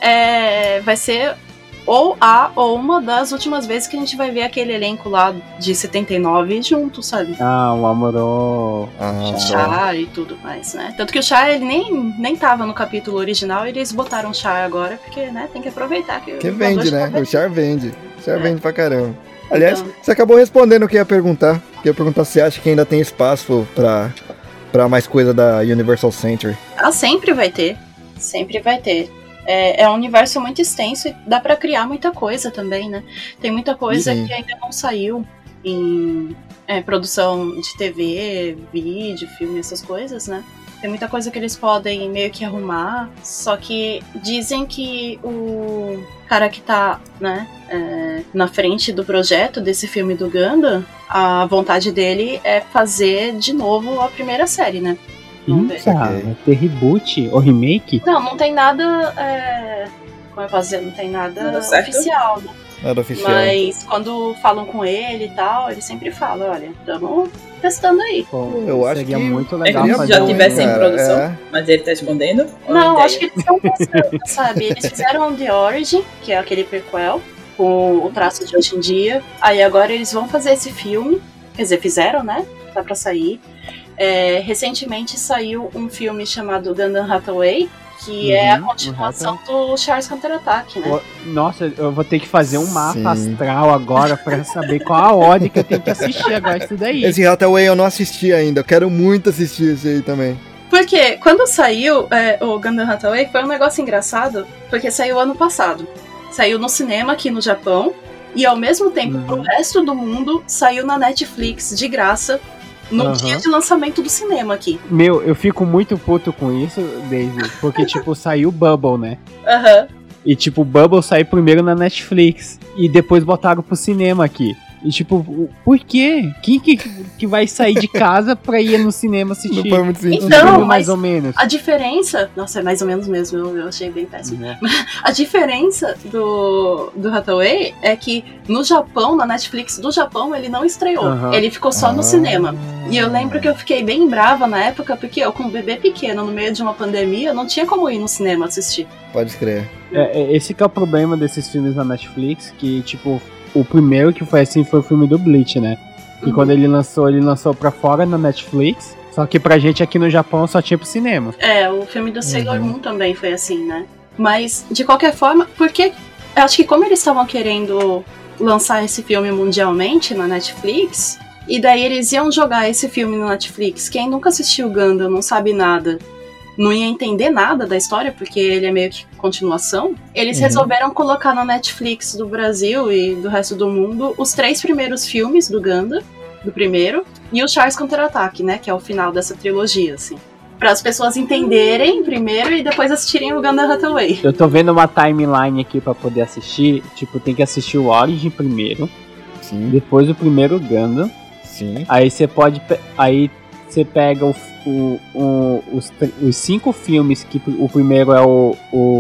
vai ser ou uma das últimas vezes que a gente vai ver aquele elenco lá de 79 junto, sabe? O Amorô. Char e tudo mais, né? Tanto que o Char, ele nem tava no capítulo original, e eles botaram o Char agora, porque, né, tem que aproveitar. Que vende, né? O Char vende. O Char vende pra caramba. Aliás, Então... você acabou respondendo o que eu ia perguntar. Eu ia perguntar se acha que ainda tem espaço pra mais coisa da Universal Century. Sempre vai ter. Sempre vai ter. É um universo muito extenso e dá pra criar muita coisa também, né? Tem muita coisa que ainda não saiu em produção de TV, vídeo, filme, essas coisas, né? Tem muita coisa que eles podem meio que arrumar, só que dizem que o cara que tá, né, na frente do projeto desse filme do Gundam, a vontade dele é fazer de novo a primeira série, né? Vai ter reboot ou remake? Não tem nada. Como eu posso dizer, não tem nada oficial, né? Nada oficial. Mas quando falam com ele e tal, ele sempre fala: olha, estamos testando aí. Pô, eu acho seria que muito É legal como se fazer já tivesse em cara, produção, mas ele tá escondendo? Não, acho que eles estão pensando, sabe? Eles fizeram The Origin, que é aquele prequel, com o traço de hoje em dia. Aí agora eles vão fazer esse filme. Quer dizer, fizeram, né? Tá pra sair. Recentemente saiu um filme chamado Gundam Hathaway, que é a continuação do Char's Counter-Attack, né? Nossa, eu vou ter que fazer um mapa astral agora pra saber qual a ordem que eu tenho que assistir agora isso daí. Esse Hathaway eu não assisti ainda, eu quero muito assistir esse aí também. Porque quando saiu o Gundam Hathaway foi um negócio engraçado, porque saiu ano passado. Saiu no cinema aqui no Japão, e ao mesmo tempo pro resto do mundo saiu na Netflix de graça no dia de lançamento do cinema aqui. Meu, eu fico muito puto com isso, Daisy, porque, tipo, saiu Bubble, né? E, tipo, o Bubble saiu primeiro na Netflix e depois botaram pro cinema aqui. E, tipo, por quê? Quem que vai sair de casa pra ir no cinema assistir? Não foi muito sentido. Então, mais ou menos. A diferença... Nossa, é mais ou menos mesmo, eu achei bem péssimo. A diferença do Hathaway é que no Japão, na Netflix do Japão, ele não estreou. Ele ficou só no cinema. E eu lembro que eu fiquei bem brava na época, porque eu, com um bebê pequeno, no meio de uma pandemia, não tinha como ir no cinema assistir. Pode crer. Esse que é o problema desses filmes na Netflix, que, tipo... O primeiro que foi assim foi o filme do Bleach, né? Que quando ele lançou pra fora na Netflix, só que pra gente aqui no Japão só tinha pro cinema. O filme do Sailor Moon também foi assim, né? Mas, de qualquer forma, porque eu acho que como eles estavam querendo lançar esse filme mundialmente na Netflix, e daí eles iam jogar esse filme na Netflix, quem nunca assistiu Gundam, não sabe nada, não ia entender nada da história, porque ele é meio que continuação, eles resolveram colocar na Netflix do Brasil e do resto do mundo os 3 primeiros filmes do Gundam, do primeiro, e o Char's Counter-Attack, né, que é o final dessa trilogia, assim. Para as pessoas entenderem primeiro e depois assistirem o Gundam Hathaway. Eu tô vendo uma timeline aqui pra poder assistir, tipo, tem que assistir o Origin primeiro, depois o primeiro Gundam, aí você pode... Aí você pega os 5 filmes, que o primeiro é o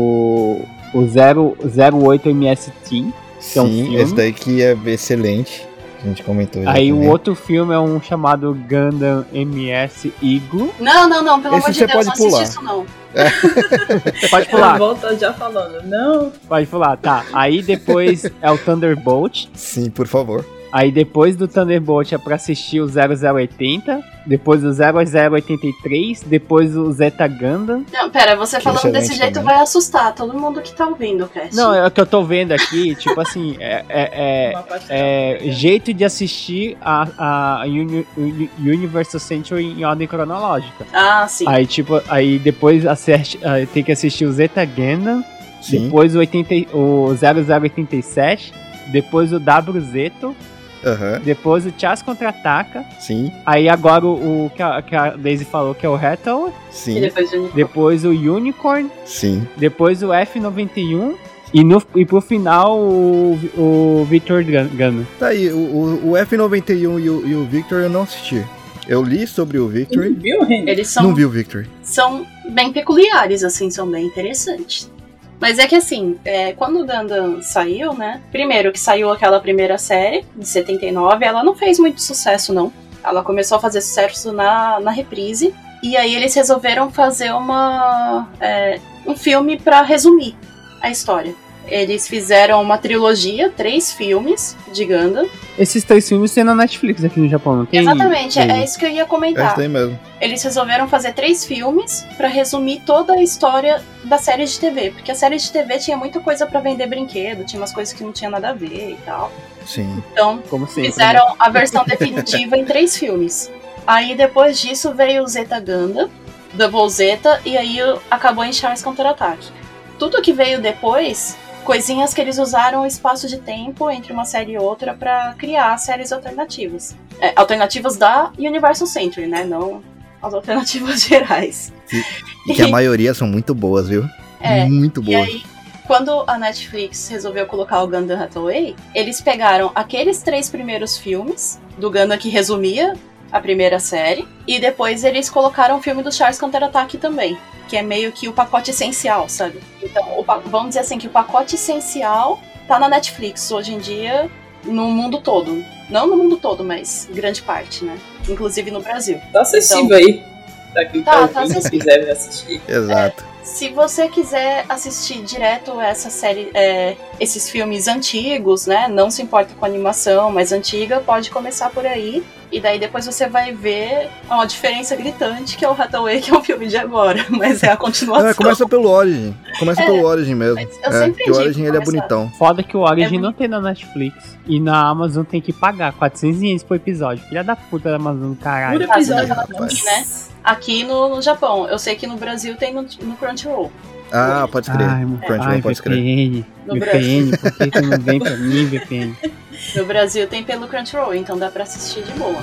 008 MS Team, que é um filme. Esse daí que é excelente, a gente comentou já. Aí também. o outro filme é um chamado Gundam MS Eagle. Não, pelo amor de Deus, pode não pular. assiste isso não. Pode pular. Volta já falando, não. Pode pular, tá. Aí depois é o Thunderbolt. Sim, por favor. Aí depois do Thunderbolt é pra assistir o 0080, depois o 0083, depois o Zeta Gundam. Não, pera, você falando desse jeito vai assustar todo mundo que tá ouvindo o cast. Não, é o que eu tô vendo aqui, tipo assim, jeito de assistir a Universal Century em ordem cronológica. Ah, sim. Aí tipo, aí depois tem que assistir o Zeta Gundam, Sim. depois o 0087, depois o WZ, depois o Chas Contra-Ataca. Sim. Aí agora o que a Daisy falou, que é o Hathaway. Sim. Depois o Unicorn. Sim. Depois o F91. E pro final o Victor Gundam. Tá aí, o F91 e o Victor eu não assisti. Eu li sobre o Victor. Não viu, Renan? Eles são, não vi o Victor. São bem peculiares, assim, são bem interessantes. Mas é que assim, quando o Gundam saiu, né? Primeiro que saiu aquela primeira série, de 79, ela não fez muito sucesso, não. Ela começou a fazer sucesso na reprise. E aí eles resolveram fazer um filme pra resumir a história. Eles fizeram uma trilogia, 3 filmes de Gundam. Esses 3 filmes tem na Netflix aqui no Japão, não tem? Exatamente, é isso que eu ia comentar. Tem mesmo. Eles resolveram fazer 3 filmes pra resumir toda a história da série de TV. Porque a série de TV tinha muita coisa pra vender brinquedo, tinha umas coisas que não tinha nada a ver e tal. Sim. Então, como sempre, fizeram a versão definitiva em 3 filmes. Aí depois disso veio o Zeta Gundam, Double Zeta, e aí acabou em Char's Counter-Attack. Tudo que veio depois, coisinhas que eles usaram o espaço de tempo entre uma série e outra pra criar séries alternativas. Alternativas da Universal Century, né? Não as alternativas gerais. E que a maioria são muito boas, viu? Muito boas. E aí, quando a Netflix resolveu colocar o Gundam Hathaway, eles pegaram aqueles 3 primeiros filmes do Gundam que resumia a primeira série, e depois eles colocaram o filme do Char's Counter-Attack também, que é meio que o pacote essencial, sabe? Então, vamos dizer assim, que o pacote essencial tá na Netflix hoje em dia, no mundo todo. Não no mundo todo, mas grande parte, né? Inclusive no Brasil. Tá acessível aí, pra quem tá ouvindo, se quiser assistir. Exato. Se você quiser assistir direto essa série, esses filmes antigos, né? Não se importa com a animação, mas antiga, pode começar por aí. E daí depois você vai ver uma diferença gritante, que é o Hathaway, que é um filme de agora, mas é a continuação. Começa pelo Origin. Começa pelo Origin mesmo. Eu sempre que o Origin ele é bonitão. Foda que o Origin não tem na Netflix. E na Amazon tem que pagar 400 ienes por episódio. Filha da puta da Amazon, caralho. Por episódio, né? Aqui no Japão. Eu sei que no Brasil tem no Crunchyroll. Ah, pode crer. Crunchyroll, pode crer. VPN, por que tu não vem pra mim, VPN? No Brasil tem pelo Crunchyroll, então dá pra assistir de boa.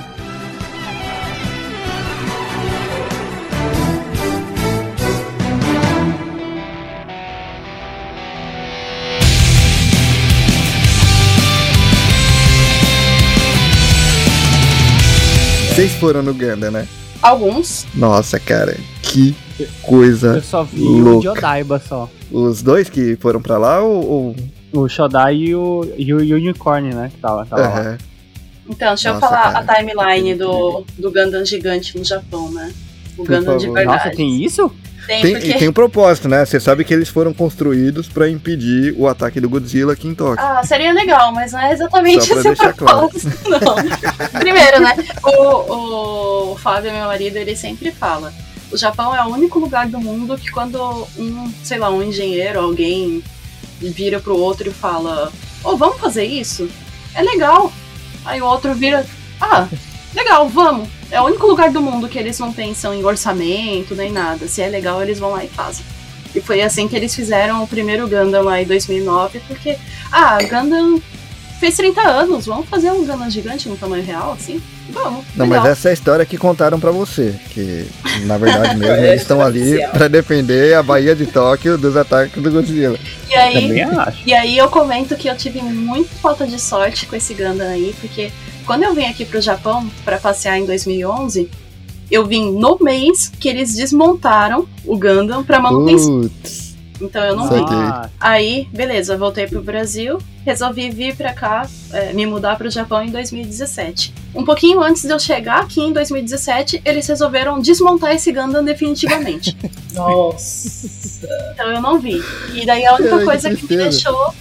Vocês foram no Gundam, né? Alguns. Nossa, cara, que coisa. Eu só vi louca. o de Odaiba só. Os dois que foram pra lá ou... O Shodai e o Unicorn, né? Que tava lá. Então, deixa eu falar a timeline do Gundam gigante no Japão, né? O Gundam de verdade. Nossa, tem isso? Tem um propósito, né? Você sabe que eles foram construídos pra impedir o ataque do Godzilla aqui em Tóquio. Ah, seria legal, mas não é exatamente esse o propósito, não. Primeiro, né? O Fábio, meu marido, ele sempre fala: o Japão é o único lugar do mundo que quando um engenheiro, alguém vira pro outro e fala: vamos fazer isso? É legal. Aí o outro vira: legal, vamos. É o único lugar do mundo que eles não pensam em orçamento nem nada. Se é legal, eles vão lá e fazem. E foi assim que eles fizeram o primeiro Gundam lá em 2009, porque Gundam fez 30 anos, vamos fazer um Gundam gigante no tamanho real, assim? Vamos. Não, legal. Mas essa é a história que contaram pra você, que na verdade mesmo eles estão ali pra defender a Baía de Tóquio dos ataques do Godzilla. E aí eu comento que eu tive muito falta de sorte com esse Gundam aí, porque quando eu vim aqui pro Japão pra passear em 2011, eu vim no mês que eles desmontaram o Gundam pra manutenção. Então eu não vi. Aí, beleza, voltei pro Brasil, resolvi vir pra cá, me mudar pro Japão em 2017. Um pouquinho antes de eu chegar aqui em 2017, eles resolveram desmontar esse Gundam definitivamente. Nossa! Então eu não vi. E daí a única coisa que me deixou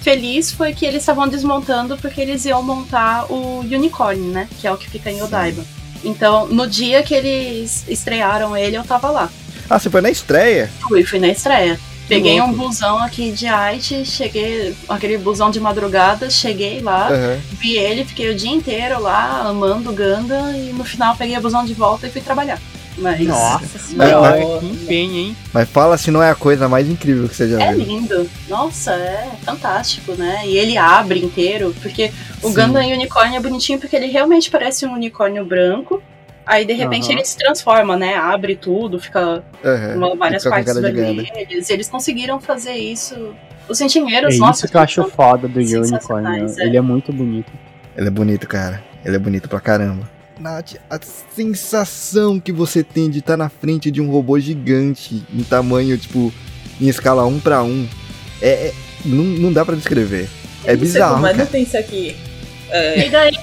feliz foi que eles estavam desmontando porque eles iam montar o Unicorn, né? Que é o que fica em Odaiba. Então, no dia que eles estrearam ele, eu tava lá. Ah, você foi na estreia? Fui na estreia. Peguei um busão aqui de Aichi, cheguei, aquele busão de madrugada, cheguei lá, vi ele, fiquei o dia inteiro lá, amando o Gundam, e no final peguei o busão de volta e fui trabalhar. Mas... Nossa senhora, que empenho, hein? Mas fala se não é a coisa mais incrível que você já viu. É lindo. Nossa, é fantástico, né? E ele abre inteiro, porque o Gundam Unicorn é bonitinho porque ele realmente parece um unicórnio branco. Aí, de repente, ele se transforma, né? Abre tudo, fica várias partes vermelhas. Eles conseguiram fazer isso. Os engenheiros, nossa... Isso que eu acho foda do Unicorn. Ele é muito bonito. Ele é bonito, cara. Ele é bonito pra caramba. Nath, a sensação que você tem de estar na frente de um robô gigante, em tamanho, tipo, em escala 1:1, não dá pra descrever. É bizarro, mas cara. não tem isso aqui. E daí...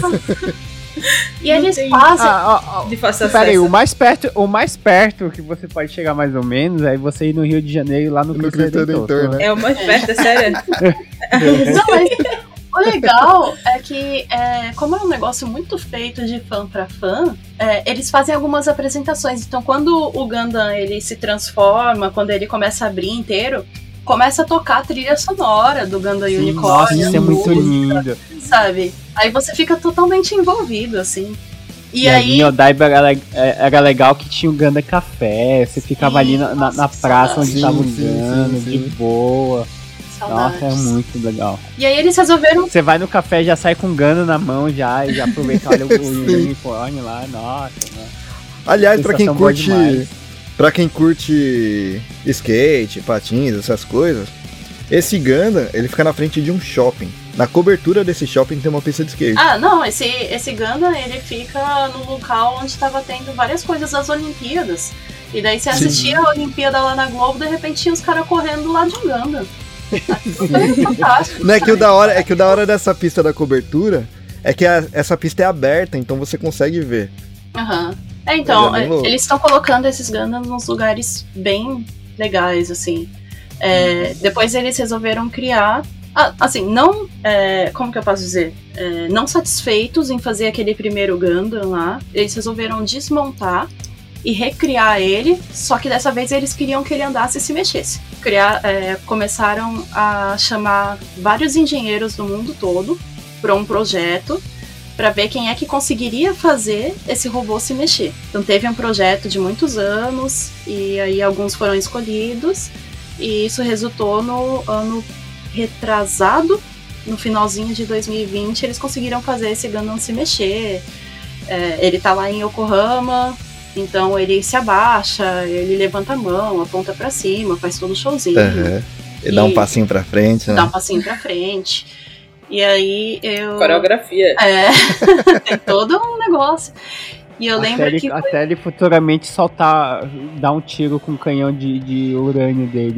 E eles fazem de fácil acesso. Pera aí, o mais perto que você pode chegar mais ou menos é você ir no Rio de Janeiro, lá no Cristo Redentor, né? É o mais perto, é sério? Não, mas o legal é que, como é um negócio muito feito de fã pra fã, eles fazem algumas apresentações. Então, quando o Gundam ele se transforma, quando ele começa a abrir inteiro, começa a tocar a trilha sonora do Gundam Unicorn. Nossa, isso é muito lindo. Sabe? Aí você fica totalmente envolvido, assim. E aí em Odaiba era legal que tinha o Gundam Café, você ficava ali na praça onde tava o Gundam, de boa. Saudades. Nossa, é muito legal. E aí eles resolveram... Você vai no café, já sai com o Gundam na mão e já aproveita, olha o uniforme lá, nossa. Aliás, pra quem curte skate, patins, essas coisas, esse Gundam, ele fica na frente de um shopping. Na cobertura desse shopping tem uma pista de skate. Ah, não, esse Gundam, ele fica no local onde estava tendo várias coisas das Olimpíadas. E daí você assistia a Olimpíada lá na Globo, de repente tinha os caras correndo lá de um Gundam. Foi fantástico. Não, é que o da hora dessa pista da cobertura é que essa pista é aberta, então você consegue ver. Então, eles estão colocando esses Gundams nos lugares bem legais, assim. Depois eles resolveram criar... assim, não... como que eu posso dizer? Não satisfeitos em fazer aquele primeiro Gundam lá, eles resolveram desmontar e recriar ele, só que dessa vez eles queriam que ele andasse e se mexesse. Começaram a chamar vários engenheiros do mundo todo para um projeto para ver quem é que conseguiria fazer esse robô se mexer. Então teve um projeto de muitos anos e aí alguns foram escolhidos e isso resultou no ano retrasado, no finalzinho de 2020, eles conseguiram fazer esse Gundam se mexer. Ele tá lá em Yokohama, então ele se abaixa, ele levanta a mão, aponta pra cima, faz todo o showzinho. Ele dá um passinho pra frente, né? Dá um passinho pra frente. E aí coreografia. Tem todo um negócio. E eu lembro que... Até ele futuramente dar um tiro com o canhão de urânio dele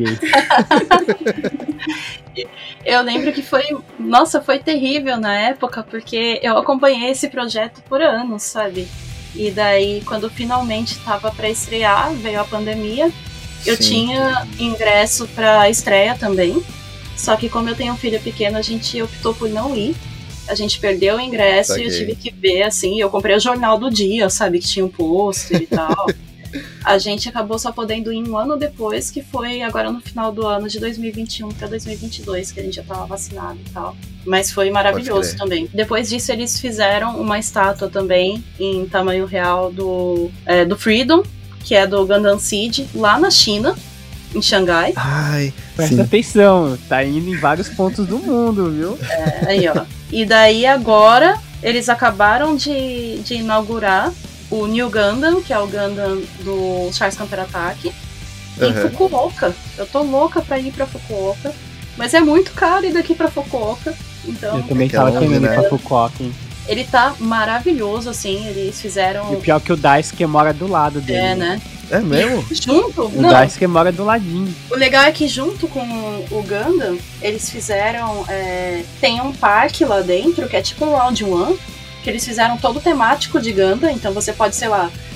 aí. Eu lembro que foi terrível na época, porque eu acompanhei esse projeto por anos, sabe? E daí, quando finalmente tava pra estrear, veio a pandemia. Eu tinha ingresso pra estreia também. Só que como eu tenho um filho pequeno, a gente optou por não ir. A gente perdeu o ingresso e eu tive que ver, assim, eu comprei o jornal do dia, sabe, que tinha um pôster e tal. A gente acabou só podendo ir um ano depois, que foi agora no final do ano de 2021 para 2022, que a gente já tava vacinado e tal. Mas foi maravilhoso também. Depois disso, eles fizeram uma estátua também, em tamanho real, do Freedom, que é do Gundam Seed, lá na China, em Xangai. Presta atenção, tá indo em vários pontos do mundo, viu? Aí, ó. E daí agora, eles acabaram de inaugurar o New Gundam, que é o Gundam do Charles Counter-Attack, em Fukuoka. Eu tô louca pra ir pra Fukuoka, mas é muito caro ir daqui pra Fukuoka. Então, eu também tava querendo ir pra Fukuoka, hein? Ele tá maravilhoso, assim, eles fizeram... E o pior é que o Daisuke mora do lado dele. Né? É mesmo? Junto? O Daisuke mora do ladinho. O legal é que junto com o Gundam, eles fizeram... tem um parque lá dentro, que é tipo um Round 1, que eles fizeram todo temático de Gundam, então você pode, sei lá,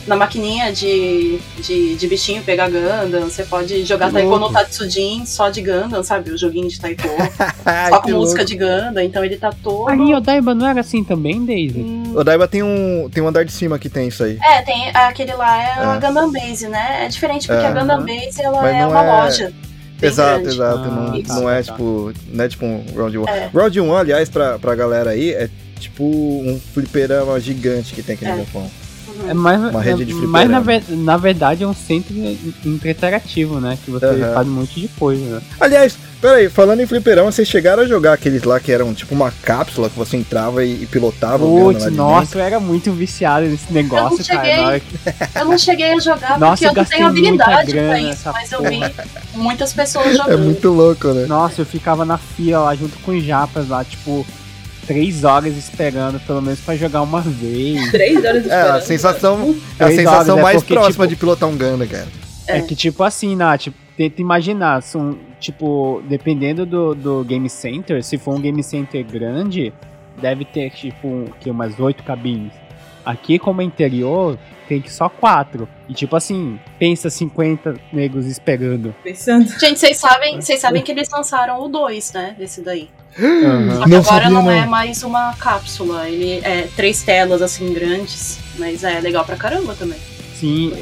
na maquininha de bichinho pegar Gundam, você pode jogar Taiko no Tatsujin só de Gundam, sabe? O joguinho de Taiko, só com música de Gundam, então ele tá todo... Aí Odaiba não era assim também, Daisy? Odaiba tem um andar de cima que tem isso aí. Tem aquele lá é a Gundam Base, né? É diferente porque a Gundam Base, ela é uma loja. Exato. Não é tipo um Round 1. Round 1, aliás, pra galera aí, é tipo um fliperama gigante que tem aqui no Japão. É mais, uma rede de fliperama. Mas na verdade é um centro interativo, né? Que você faz um monte de coisa, né? Aliás, peraí, falando em fliperama, vocês chegaram a jogar aqueles lá que eram tipo uma cápsula que você entrava e pilotava o Gundam lá de nossa, dentro? Eu era muito viciado nesse negócio, cara. Eu não cheguei a jogar porque eu não tenho habilidade pra isso, mas eu vi muitas pessoas jogando. É muito louco, né? Nossa, eu ficava na fila lá junto com os japas lá, tipo... 3 horas esperando, pelo menos pra jogar uma vez. 3 horas esperando. A sensação mais porque, próxima de pilotar um Gundam, cara. É que tipo assim, Nath, tenta imaginar, tipo, dependendo do Game Center, se for um Game Center grande, deve ter tipo umas 8 cabines. Aqui, como é interior, tem que só 4. E tipo assim, pensa 50 negros esperando. Gente, vocês sabem que eles lançaram o 2, né? Desse daí. Só que agora não é mais uma cápsula, ele é 3 telas assim grandes, mas é legal pra caramba também. Sim,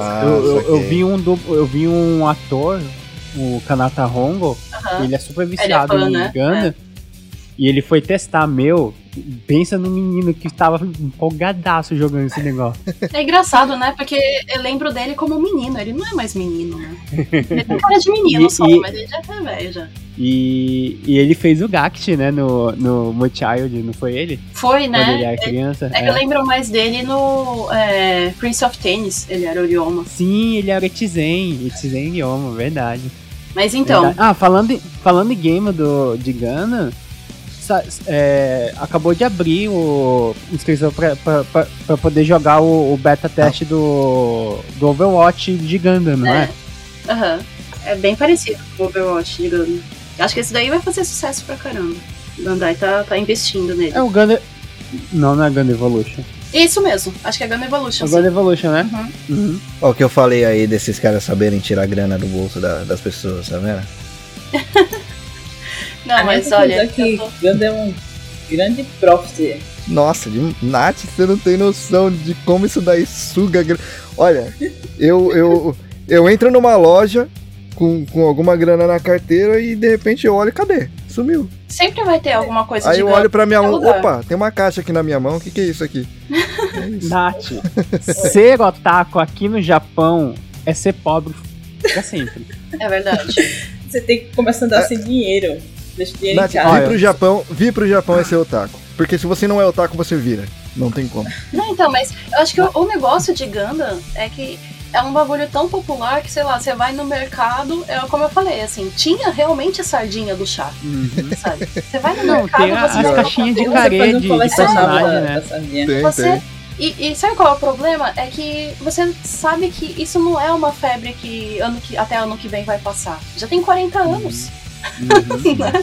eu vi um ator, o Kanata Hongo, ele é super viciado no Gundam, e ele foi testar, pensa no menino que estava empolgadaço jogando esse negócio. É engraçado, né? Porque eu lembro dele como menino, ele não é mais menino, né? Ele tem cara de menino mas ele já tá velho já. E ele fez o Gact, né, no Mochild, não foi ele? Foi, né? Quando ele era criança. Eu lembro mais dele no Prince of Tennis, ele era o Ryoma. Sim, ele era Etizen Ryoma, verdade. Mas então... Verdade. Falando em game de Gundam, acabou de abrir inscrição pra poder jogar o beta teste do Overwatch de Gundam, não é? É bem parecido com o Overwatch de Gundam. Acho que esse daí vai fazer sucesso pra caramba. O Bandai tá investindo nele. É o Gundam... Não é Gundam Evolution. Isso mesmo, acho que é Gundam Evolution. É Gundam Evolution, né? Ó, o que eu falei aí desses caras saberem tirar grana do bolso das pessoas, tá vendo? Não, mas olha... que Gundam é um grande profit. Nossa, Nath, você não tem noção de como isso daí suga grana. Olha, eu entro numa loja com alguma grana na carteira e de repente eu olho, cadê? Sumiu. Sempre vai ter alguma coisa aí eu olho pra minha mão, opa, tem uma caixa aqui na minha mão, o que é isso aqui? É isso. Nath, ser otaku aqui no Japão é ser pobre pra sempre. É verdade. Você tem que começar a andar sem dinheiro. Deixa o dinheiro Nath, em casa. vir pro Japão é ser otaku. Porque se você não é otaku, você vira. Não tem como. Não, então, mas eu acho que o negócio de Gundam é que é um bagulho tão popular que, sei lá, você vai no mercado, como eu falei, assim, tinha realmente a sardinha do chá, sabe? Você vai no mercado, você as caixinhas de parede de personagem, né? Tem. E sabe qual é o problema? É que você sabe que isso não é uma febre que até ano que vem vai passar. Já tem 40 anos. Né?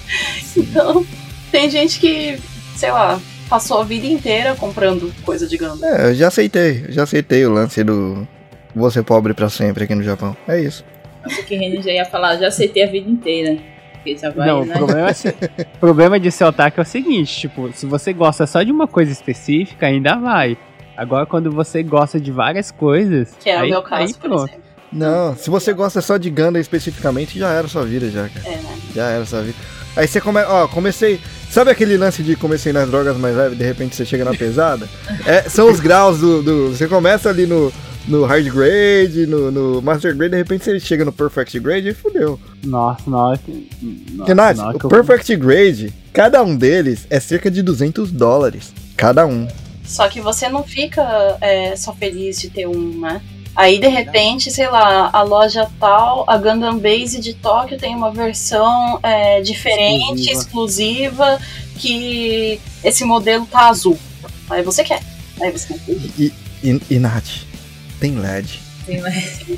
Então, tem gente que, sei lá, passou a vida inteira comprando coisa de Gundam. Eu já aceitei o lance do você pobre pra sempre aqui no Japão. É isso. Acho que o Renan já ia falar, já aceitei a vida inteira. Já vai, não, né? O problema de ser otaku é o seguinte, tipo, se você gosta só de uma coisa específica, ainda vai. Agora, quando você gosta de várias coisas... Que é o meu caso, por exemplo. Não, se você gosta só de Gundam especificamente, já era sua vida, já, cara. Né? Já era sua vida. Aí você comecei... Sabe aquele lance de comecei nas drogas mais leves e de repente você chega na pesada? São os graus do... Você começa ali no hard grade, no master grade, de repente você chega no perfect grade e fudeu. Nossa, Renato, o perfect grade, cada um deles é cerca de $200. Cada um. Só que você não fica só feliz de ter um, né? Aí, de repente, sei lá, a loja tal, a Gundam Base de Tóquio tem uma versão diferente, exclusiva, que esse modelo tá azul. Aí você quer. Aí você quer. E Nath, tem LED. Tem LED.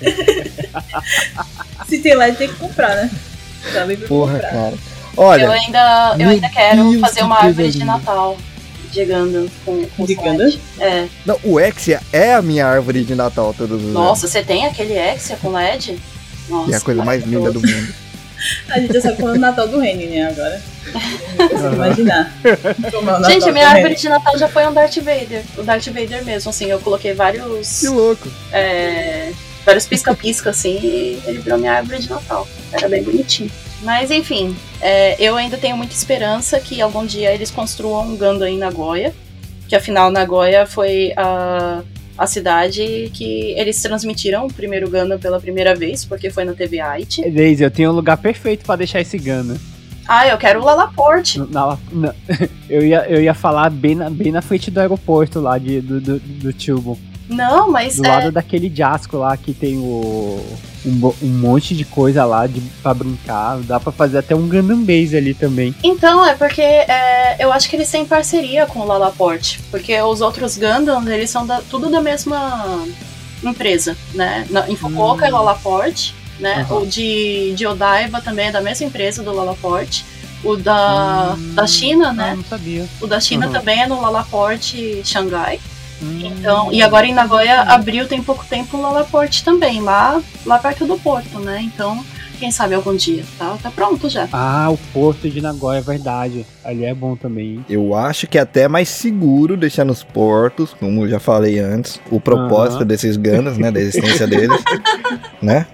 Se tem LED, tem que comprar, né? Porra, comprar. Cara. Olha, eu ainda quero fazer uma árvore de Natal de Gundam com De Gundam? É. Não, o Exia é a minha árvore de Natal todos os anos. Nossa, você tem aquele Exia com LED? Nossa, E é a coisa mais linda do mundo. A gente já sabe qual é o Natal do Reni, né, agora. Não consigo imaginar como é o Natal Gente, a minha do árvore Reni. de Natal já foi um Darth Vader. O Darth Vader mesmo, assim, eu coloquei vários Que louco. vários pisca-pisca, assim, e ele virou minha árvore de Natal. Era bem bonitinho. Mas, enfim, eu ainda tenho muita esperança que algum dia eles construam um Gundam em Nagoya, que afinal Nagoya foi a cidade que eles transmitiram o primeiro Gundam pela primeira vez, porque foi na TV Aichi. Daisy, eu tenho um lugar perfeito pra deixar esse Gundam. Ah, eu quero o Lalaport. Eu ia falar bem na frente do aeroporto lá do Tubo. Não, mas Do lado daquele Jasco lá que tem um monte de coisa lá pra brincar. Dá pra fazer até um Gundam Base ali também. Então, é porque eu acho que eles têm parceria com o Lalaport. Porque os outros Gundams, eles são tudo da mesma empresa, né? Em Fukuoka é Lalaport, né? Uhum. O de Odaiba também é da mesma empresa do Lalaport. O da China, né? Não sabia. O da China Uhum. também é no Lalaport Xangai. Então, e agora em Nagoya abriu tem pouco tempo um Lalaport também, lá perto do porto, né? Então, quem sabe algum dia, tá pronto já. Ah, o Porto de Nagoya, é verdade. Ali é bom também, hein? Eu acho que é até mais seguro deixar nos portos, como eu já falei antes, o propósito desses Gundams, né, da existência deles, né?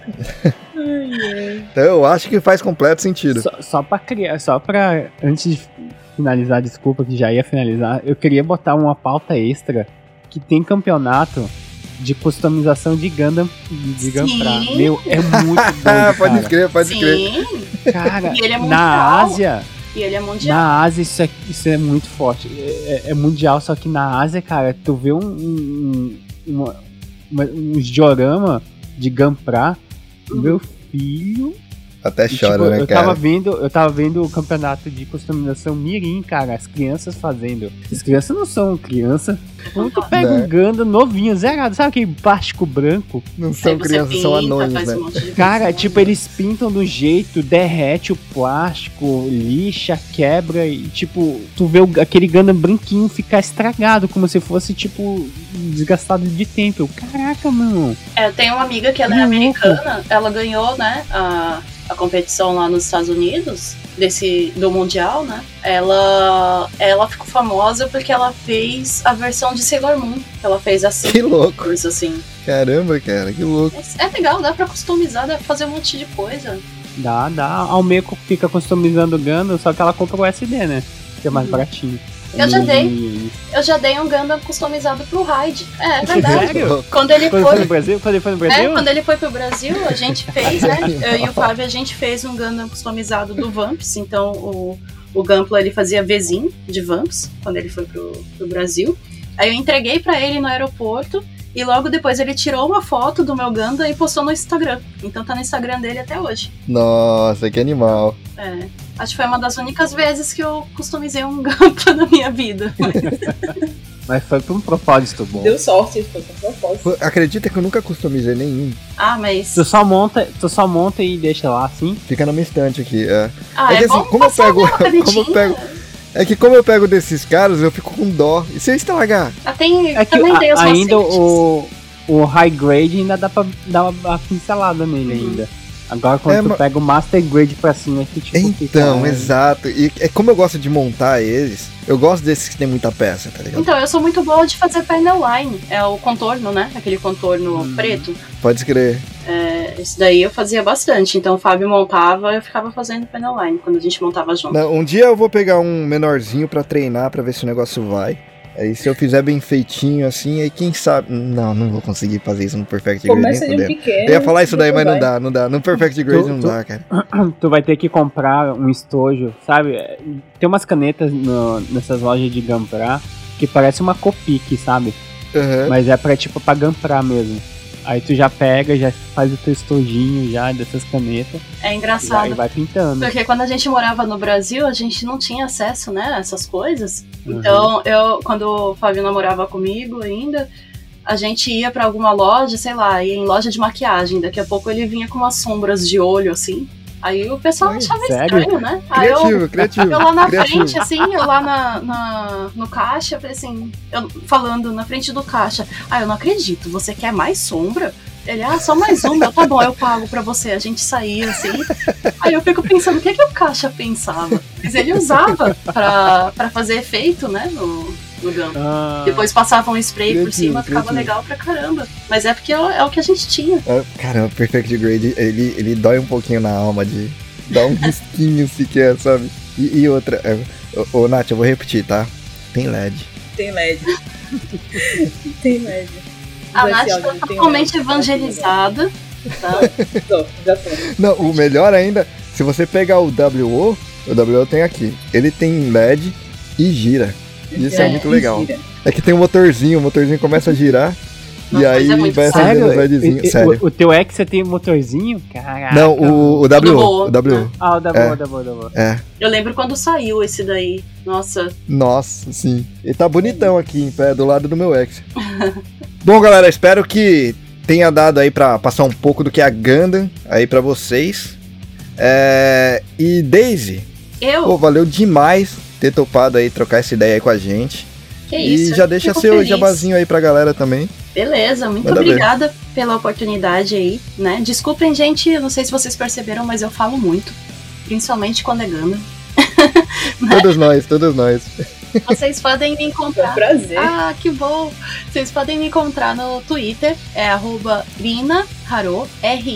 Então eu acho que faz completo sentido. Só pra, antes de finalizar, desculpa que já ia finalizar, eu queria botar uma pauta extra que tem campeonato de customização de Gundam de Gunpla. Meu, é muito doido, Pode cara. escrever, pode escrever. Sim, Cara, E ele é na mundial. Ásia, e ele é mundial. na Ásia isso é muito forte. É mundial, só que na Ásia, cara, tu vê uns diorama de Gunpla, meu filho. Até E, chora, tipo, né, eu cara? tava vendo o campeonato de customização Mirim, cara, as crianças fazendo. As crianças não são criança. Quando tu pega Né? um Gundam novinho, zerado, sabe aquele plástico branco? Não são Aí você crianças, são pinta, anões, faz né? um monte de Cara, coisa. tipo, eles pintam do jeito, derrete o plástico, lixa, quebra e, tipo, tu vê aquele Gundam branquinho ficar estragado, como se fosse, tipo, desgastado de tempo. Caraca, mano. Eu tenho uma amiga que ela é Maluco. americana, ela ganhou, né, a competição lá nos Estados Unidos, do Mundial, né? Ela ficou famosa porque ela fez a versão de Sailor Moon. Ela fez assim, Que louco. coisa assim. Caramba, cara, que louco. É legal, dá pra customizar, dá pra fazer um monte de coisa. Dá. A Almeco fica customizando o Gundam, só que ela compra o SD, né? Que é mais baratinho. Eu já dei. E- Eu já dei um Gundam customizado pro Hyde. É verdade. Sério? Quando ele Quando foi foi. no Brasil? Quando ele foi no Brasil? Quando ele foi pro Brasil, a gente fez, né? Eu e o Fábio, a gente fez um Gundam customizado do Vamps. Então, o Gunpla, ele fazia Vzinho de Vamps, quando ele foi pro Brasil. Aí eu entreguei pra ele no aeroporto. E logo depois ele tirou uma foto do meu Gundam e postou no Instagram. Então tá no Instagram dele até hoje. Nossa, que animal. Acho que foi uma das únicas vezes que eu customizei um Gunpla na minha vida. Mas foi pra um propósito bom. Deu sorte, foi com propósito. Pô, acredita que eu nunca customizei nenhum. Ah, mas... Tu só monta e deixa lá assim? Fica na minha estante aqui. É, Ah, é que bom assim, como eu passar pego. uma canetinha. É que como eu pego desses caras, eu fico com dó. E se eu estragar? É que também tem os ainda macetes. o high grade ainda dá pra dar uma pincelada nele ainda. Agora quando tu pega o master grade pra cima, que tipo Então, fica, exato. E é como eu gosto de montar eles, eu gosto desses que tem muita peça, tá ligado? Então, eu sou muito boa de fazer panel line. É o contorno, né? Aquele contorno preto. Pode escrever. Esse daí eu fazia bastante. Então o Fábio montava, eu ficava fazendo panel line quando a gente montava junto. Não, um dia eu vou pegar um menorzinho pra treinar, pra ver se o negócio vai. Aí se eu fizer bem feitinho assim, aí quem sabe... Não vou conseguir fazer isso no Perfect Grade, Começa nem de um fudendo. pequeno. Eu ia falar isso daí, mas depois vai. não dá. No Perfect Grade não dá, cara. tu vai ter que comprar um estojo, sabe? Tem umas canetas nessas lojas de Gunpla que parece uma Copic, sabe? Uhum. Mas é pra tipo pra Gunpla mesmo. Aí tu já pega, já faz o teu estojinho já dessas canetas. É E engraçado. aí vai pintando. Porque quando a gente morava no Brasil, a gente não tinha acesso, né, a essas coisas. Então, quando o Fábio namorava comigo ainda, a gente ia pra alguma loja, sei lá, ia em loja de maquiagem. Daqui a pouco ele vinha com umas sombras de olho, assim. Aí o pessoal achava estranho, né? Criativo. Eu lá na frente, assim, eu lá no caixa, falei assim, eu falando na frente do caixa, eu não acredito, você quer mais sombra? Ele, só mais uma, tá bom, eu pago pra você. A gente saía assim. Aí eu fico pensando, o que o caixa pensava? Mas ele usava pra fazer efeito, né, no Gundam. Depois passava um spray por cima, ficava legal pra caramba. Mas é porque é o que a gente tinha. Caramba, o Perfect Grade, ele dói um pouquinho na alma de dar um risquinho sequer, sabe? E outra, ô Nath, eu vou repetir, tá? Tem LED. Tem LED. Tem LED. A Nath tá totalmente evangelizada. Tá? Já tô. Não, o melhor ainda, se você pegar o WO tem aqui. Ele tem LED e gira. Isso é muito legal. Gira. É que tem um motorzinho, o motorzinho começa a girar. Nossa, e aí vai acendendo os LEDzinhos. Sério. O teu Hexa tem um motorzinho? Caraca. Não, o W. O W. Ah, o W. É. Eu lembro quando saiu esse daí. Nossa, sim. Ele tá bonitão aqui em pé, do lado do meu Hexa. Bom, galera, espero que tenha dado aí pra passar um pouco do que é a Gundam aí pra vocês. E Daisy, valeu demais ter topado aí, trocar essa ideia aí com a gente. Que isso, e já deixa seu feliz. Jabazinho aí pra galera também. Beleza, muito obrigada pela oportunidade aí, né? Desculpem, gente, eu não sei se vocês perceberam, mas eu falo muito, principalmente quando é Gundam. Né? Todos nós. Vocês podem me encontrar. É um prazer. Que bom! Vocês podem me encontrar no Twitter, @RinaHaro,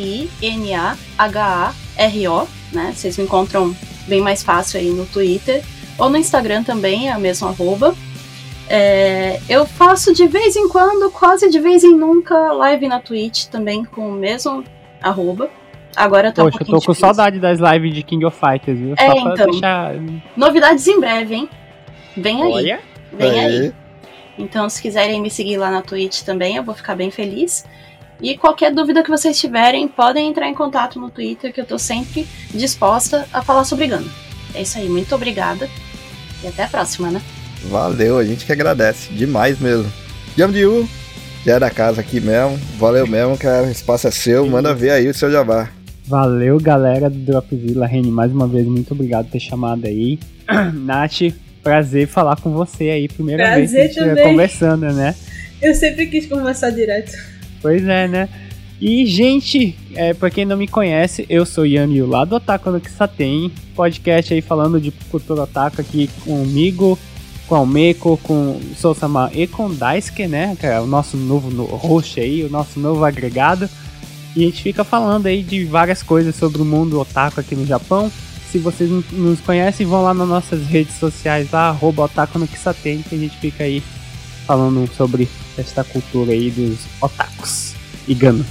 RINAHARO, né? Vocês me encontram bem mais fácil aí no Twitter. Ou no Instagram também, é a mesma @. Eu faço de vez em quando, quase de vez em nunca, live na Twitch também com o mesmo @. Agora tá Poxa, eu tô com saudade das lives de King of Fighters, viu? Só pra então, deixar... Novidades em breve, hein? Vem aí. Olha. Vem aí. Então, se quiserem me seguir lá na Twitch também, eu vou ficar bem feliz. E qualquer dúvida que vocês tiverem, podem entrar em contato no Twitter, que eu tô sempre disposta a falar sobre Gundam. É isso aí, muito obrigada. E até a próxima, né? Valeu, a gente que agradece. Demais mesmo. Yamdiu, já é da casa aqui mesmo. Valeu mesmo, cara. O espaço é seu. Manda ver aí o seu jabá. Valeu, galera do Dropzilla. Reni, mais uma vez, muito obrigado por ter chamado aí. Nath, prazer falar com você aí. Primeira vez que a gente estiver conversando, né? Eu sempre quis conversar direto. Pois é, né? E, gente, pra quem não me conhece, eu sou Yamil lá do Otaku no Kisaten, podcast aí falando de cultura otaku aqui comigo, com o Meko, com o Sousama e com o Daisuke, né? Que é o nosso novo host aí, o nosso novo agregado. E a gente fica falando aí de várias coisas sobre o mundo otaku aqui no Japão. Se vocês nos conhecem, vão lá nas nossas redes sociais lá, @Otaku no Kisaten, que a gente fica aí falando sobre esta cultura aí dos otakus e Gundam.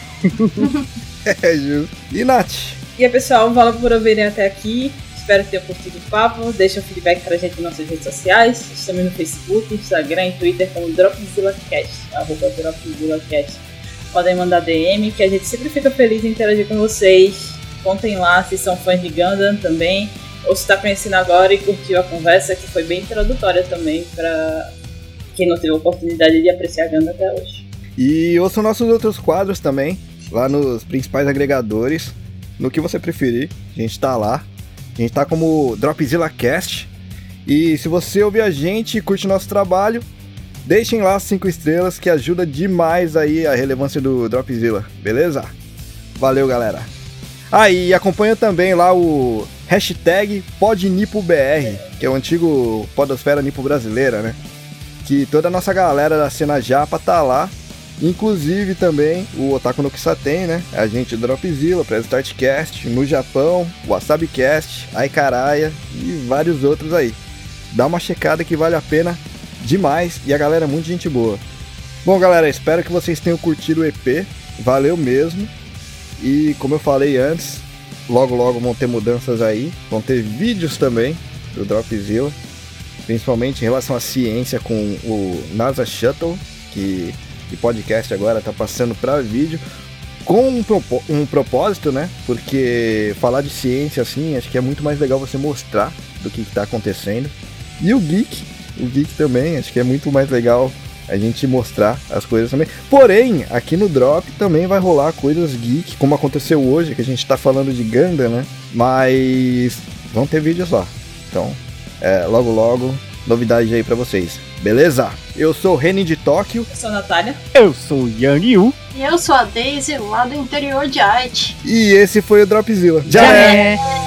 Justo. E Nath? E aí, pessoal, valeu por ouvirem até aqui. Espero que tenham curtido o papo. Deixa um feedback pra gente nas nossas redes sociais. Estamos no Facebook, Instagram e Twitter como DropzillaCast, @DropzillaCast. Podem mandar DM, que a gente sempre fica feliz em interagir com vocês. Contem lá se são fãs de Gundam também, ou se está conhecendo agora e curtiu a conversa, que foi bem introdutória também para quem não teve a oportunidade de apreciar Gundam até hoje. E ouçam nossos outros quadros também, lá nos principais agregadores, no que você preferir, a gente tá lá. A gente tá como DropzillaCast. E se você ouvir a gente e curte nosso trabalho, deixem lá 5 estrelas, que ajuda demais aí a relevância do Dropzilla, beleza? Valeu, galera. E acompanha também lá o hashtag PodNipoBR, que é o antigo Podosfera Nipo Brasileira, né? Que toda a nossa galera da cena japa tá lá. Inclusive também o Otaku no Kisaten, né? A gente do Dropzilla, Press Startcast, no Japão, WasabiCast, Aikaraya e vários outros aí. Dá uma checada que vale a pena demais e a galera é muito gente boa. Bom, galera, espero que vocês tenham curtido o EP. Valeu mesmo. E como eu falei antes, logo vão ter mudanças aí. Vão ter vídeos também do Dropzilla, principalmente em relação à ciência com o NASA Shuttle, que o podcast agora tá passando para vídeo, com um propósito, né? Porque falar de ciência assim, acho que é muito mais legal você mostrar do que tá acontecendo. E o Geek também, acho que é muito mais legal a gente mostrar as coisas também. Porém, aqui no Drop também vai rolar coisas geek, como aconteceu hoje, que a gente tá falando de Gundam, né? Mas vão ter vídeos lá. Então, logo logo, novidade aí pra vocês. Beleza? Eu sou o Renin de Tóquio. Eu sou a Natália. Eu sou o Yang Yu. E eu sou a Daisy, lá do interior de Aichi. E esse foi o Dropzilla. Já é!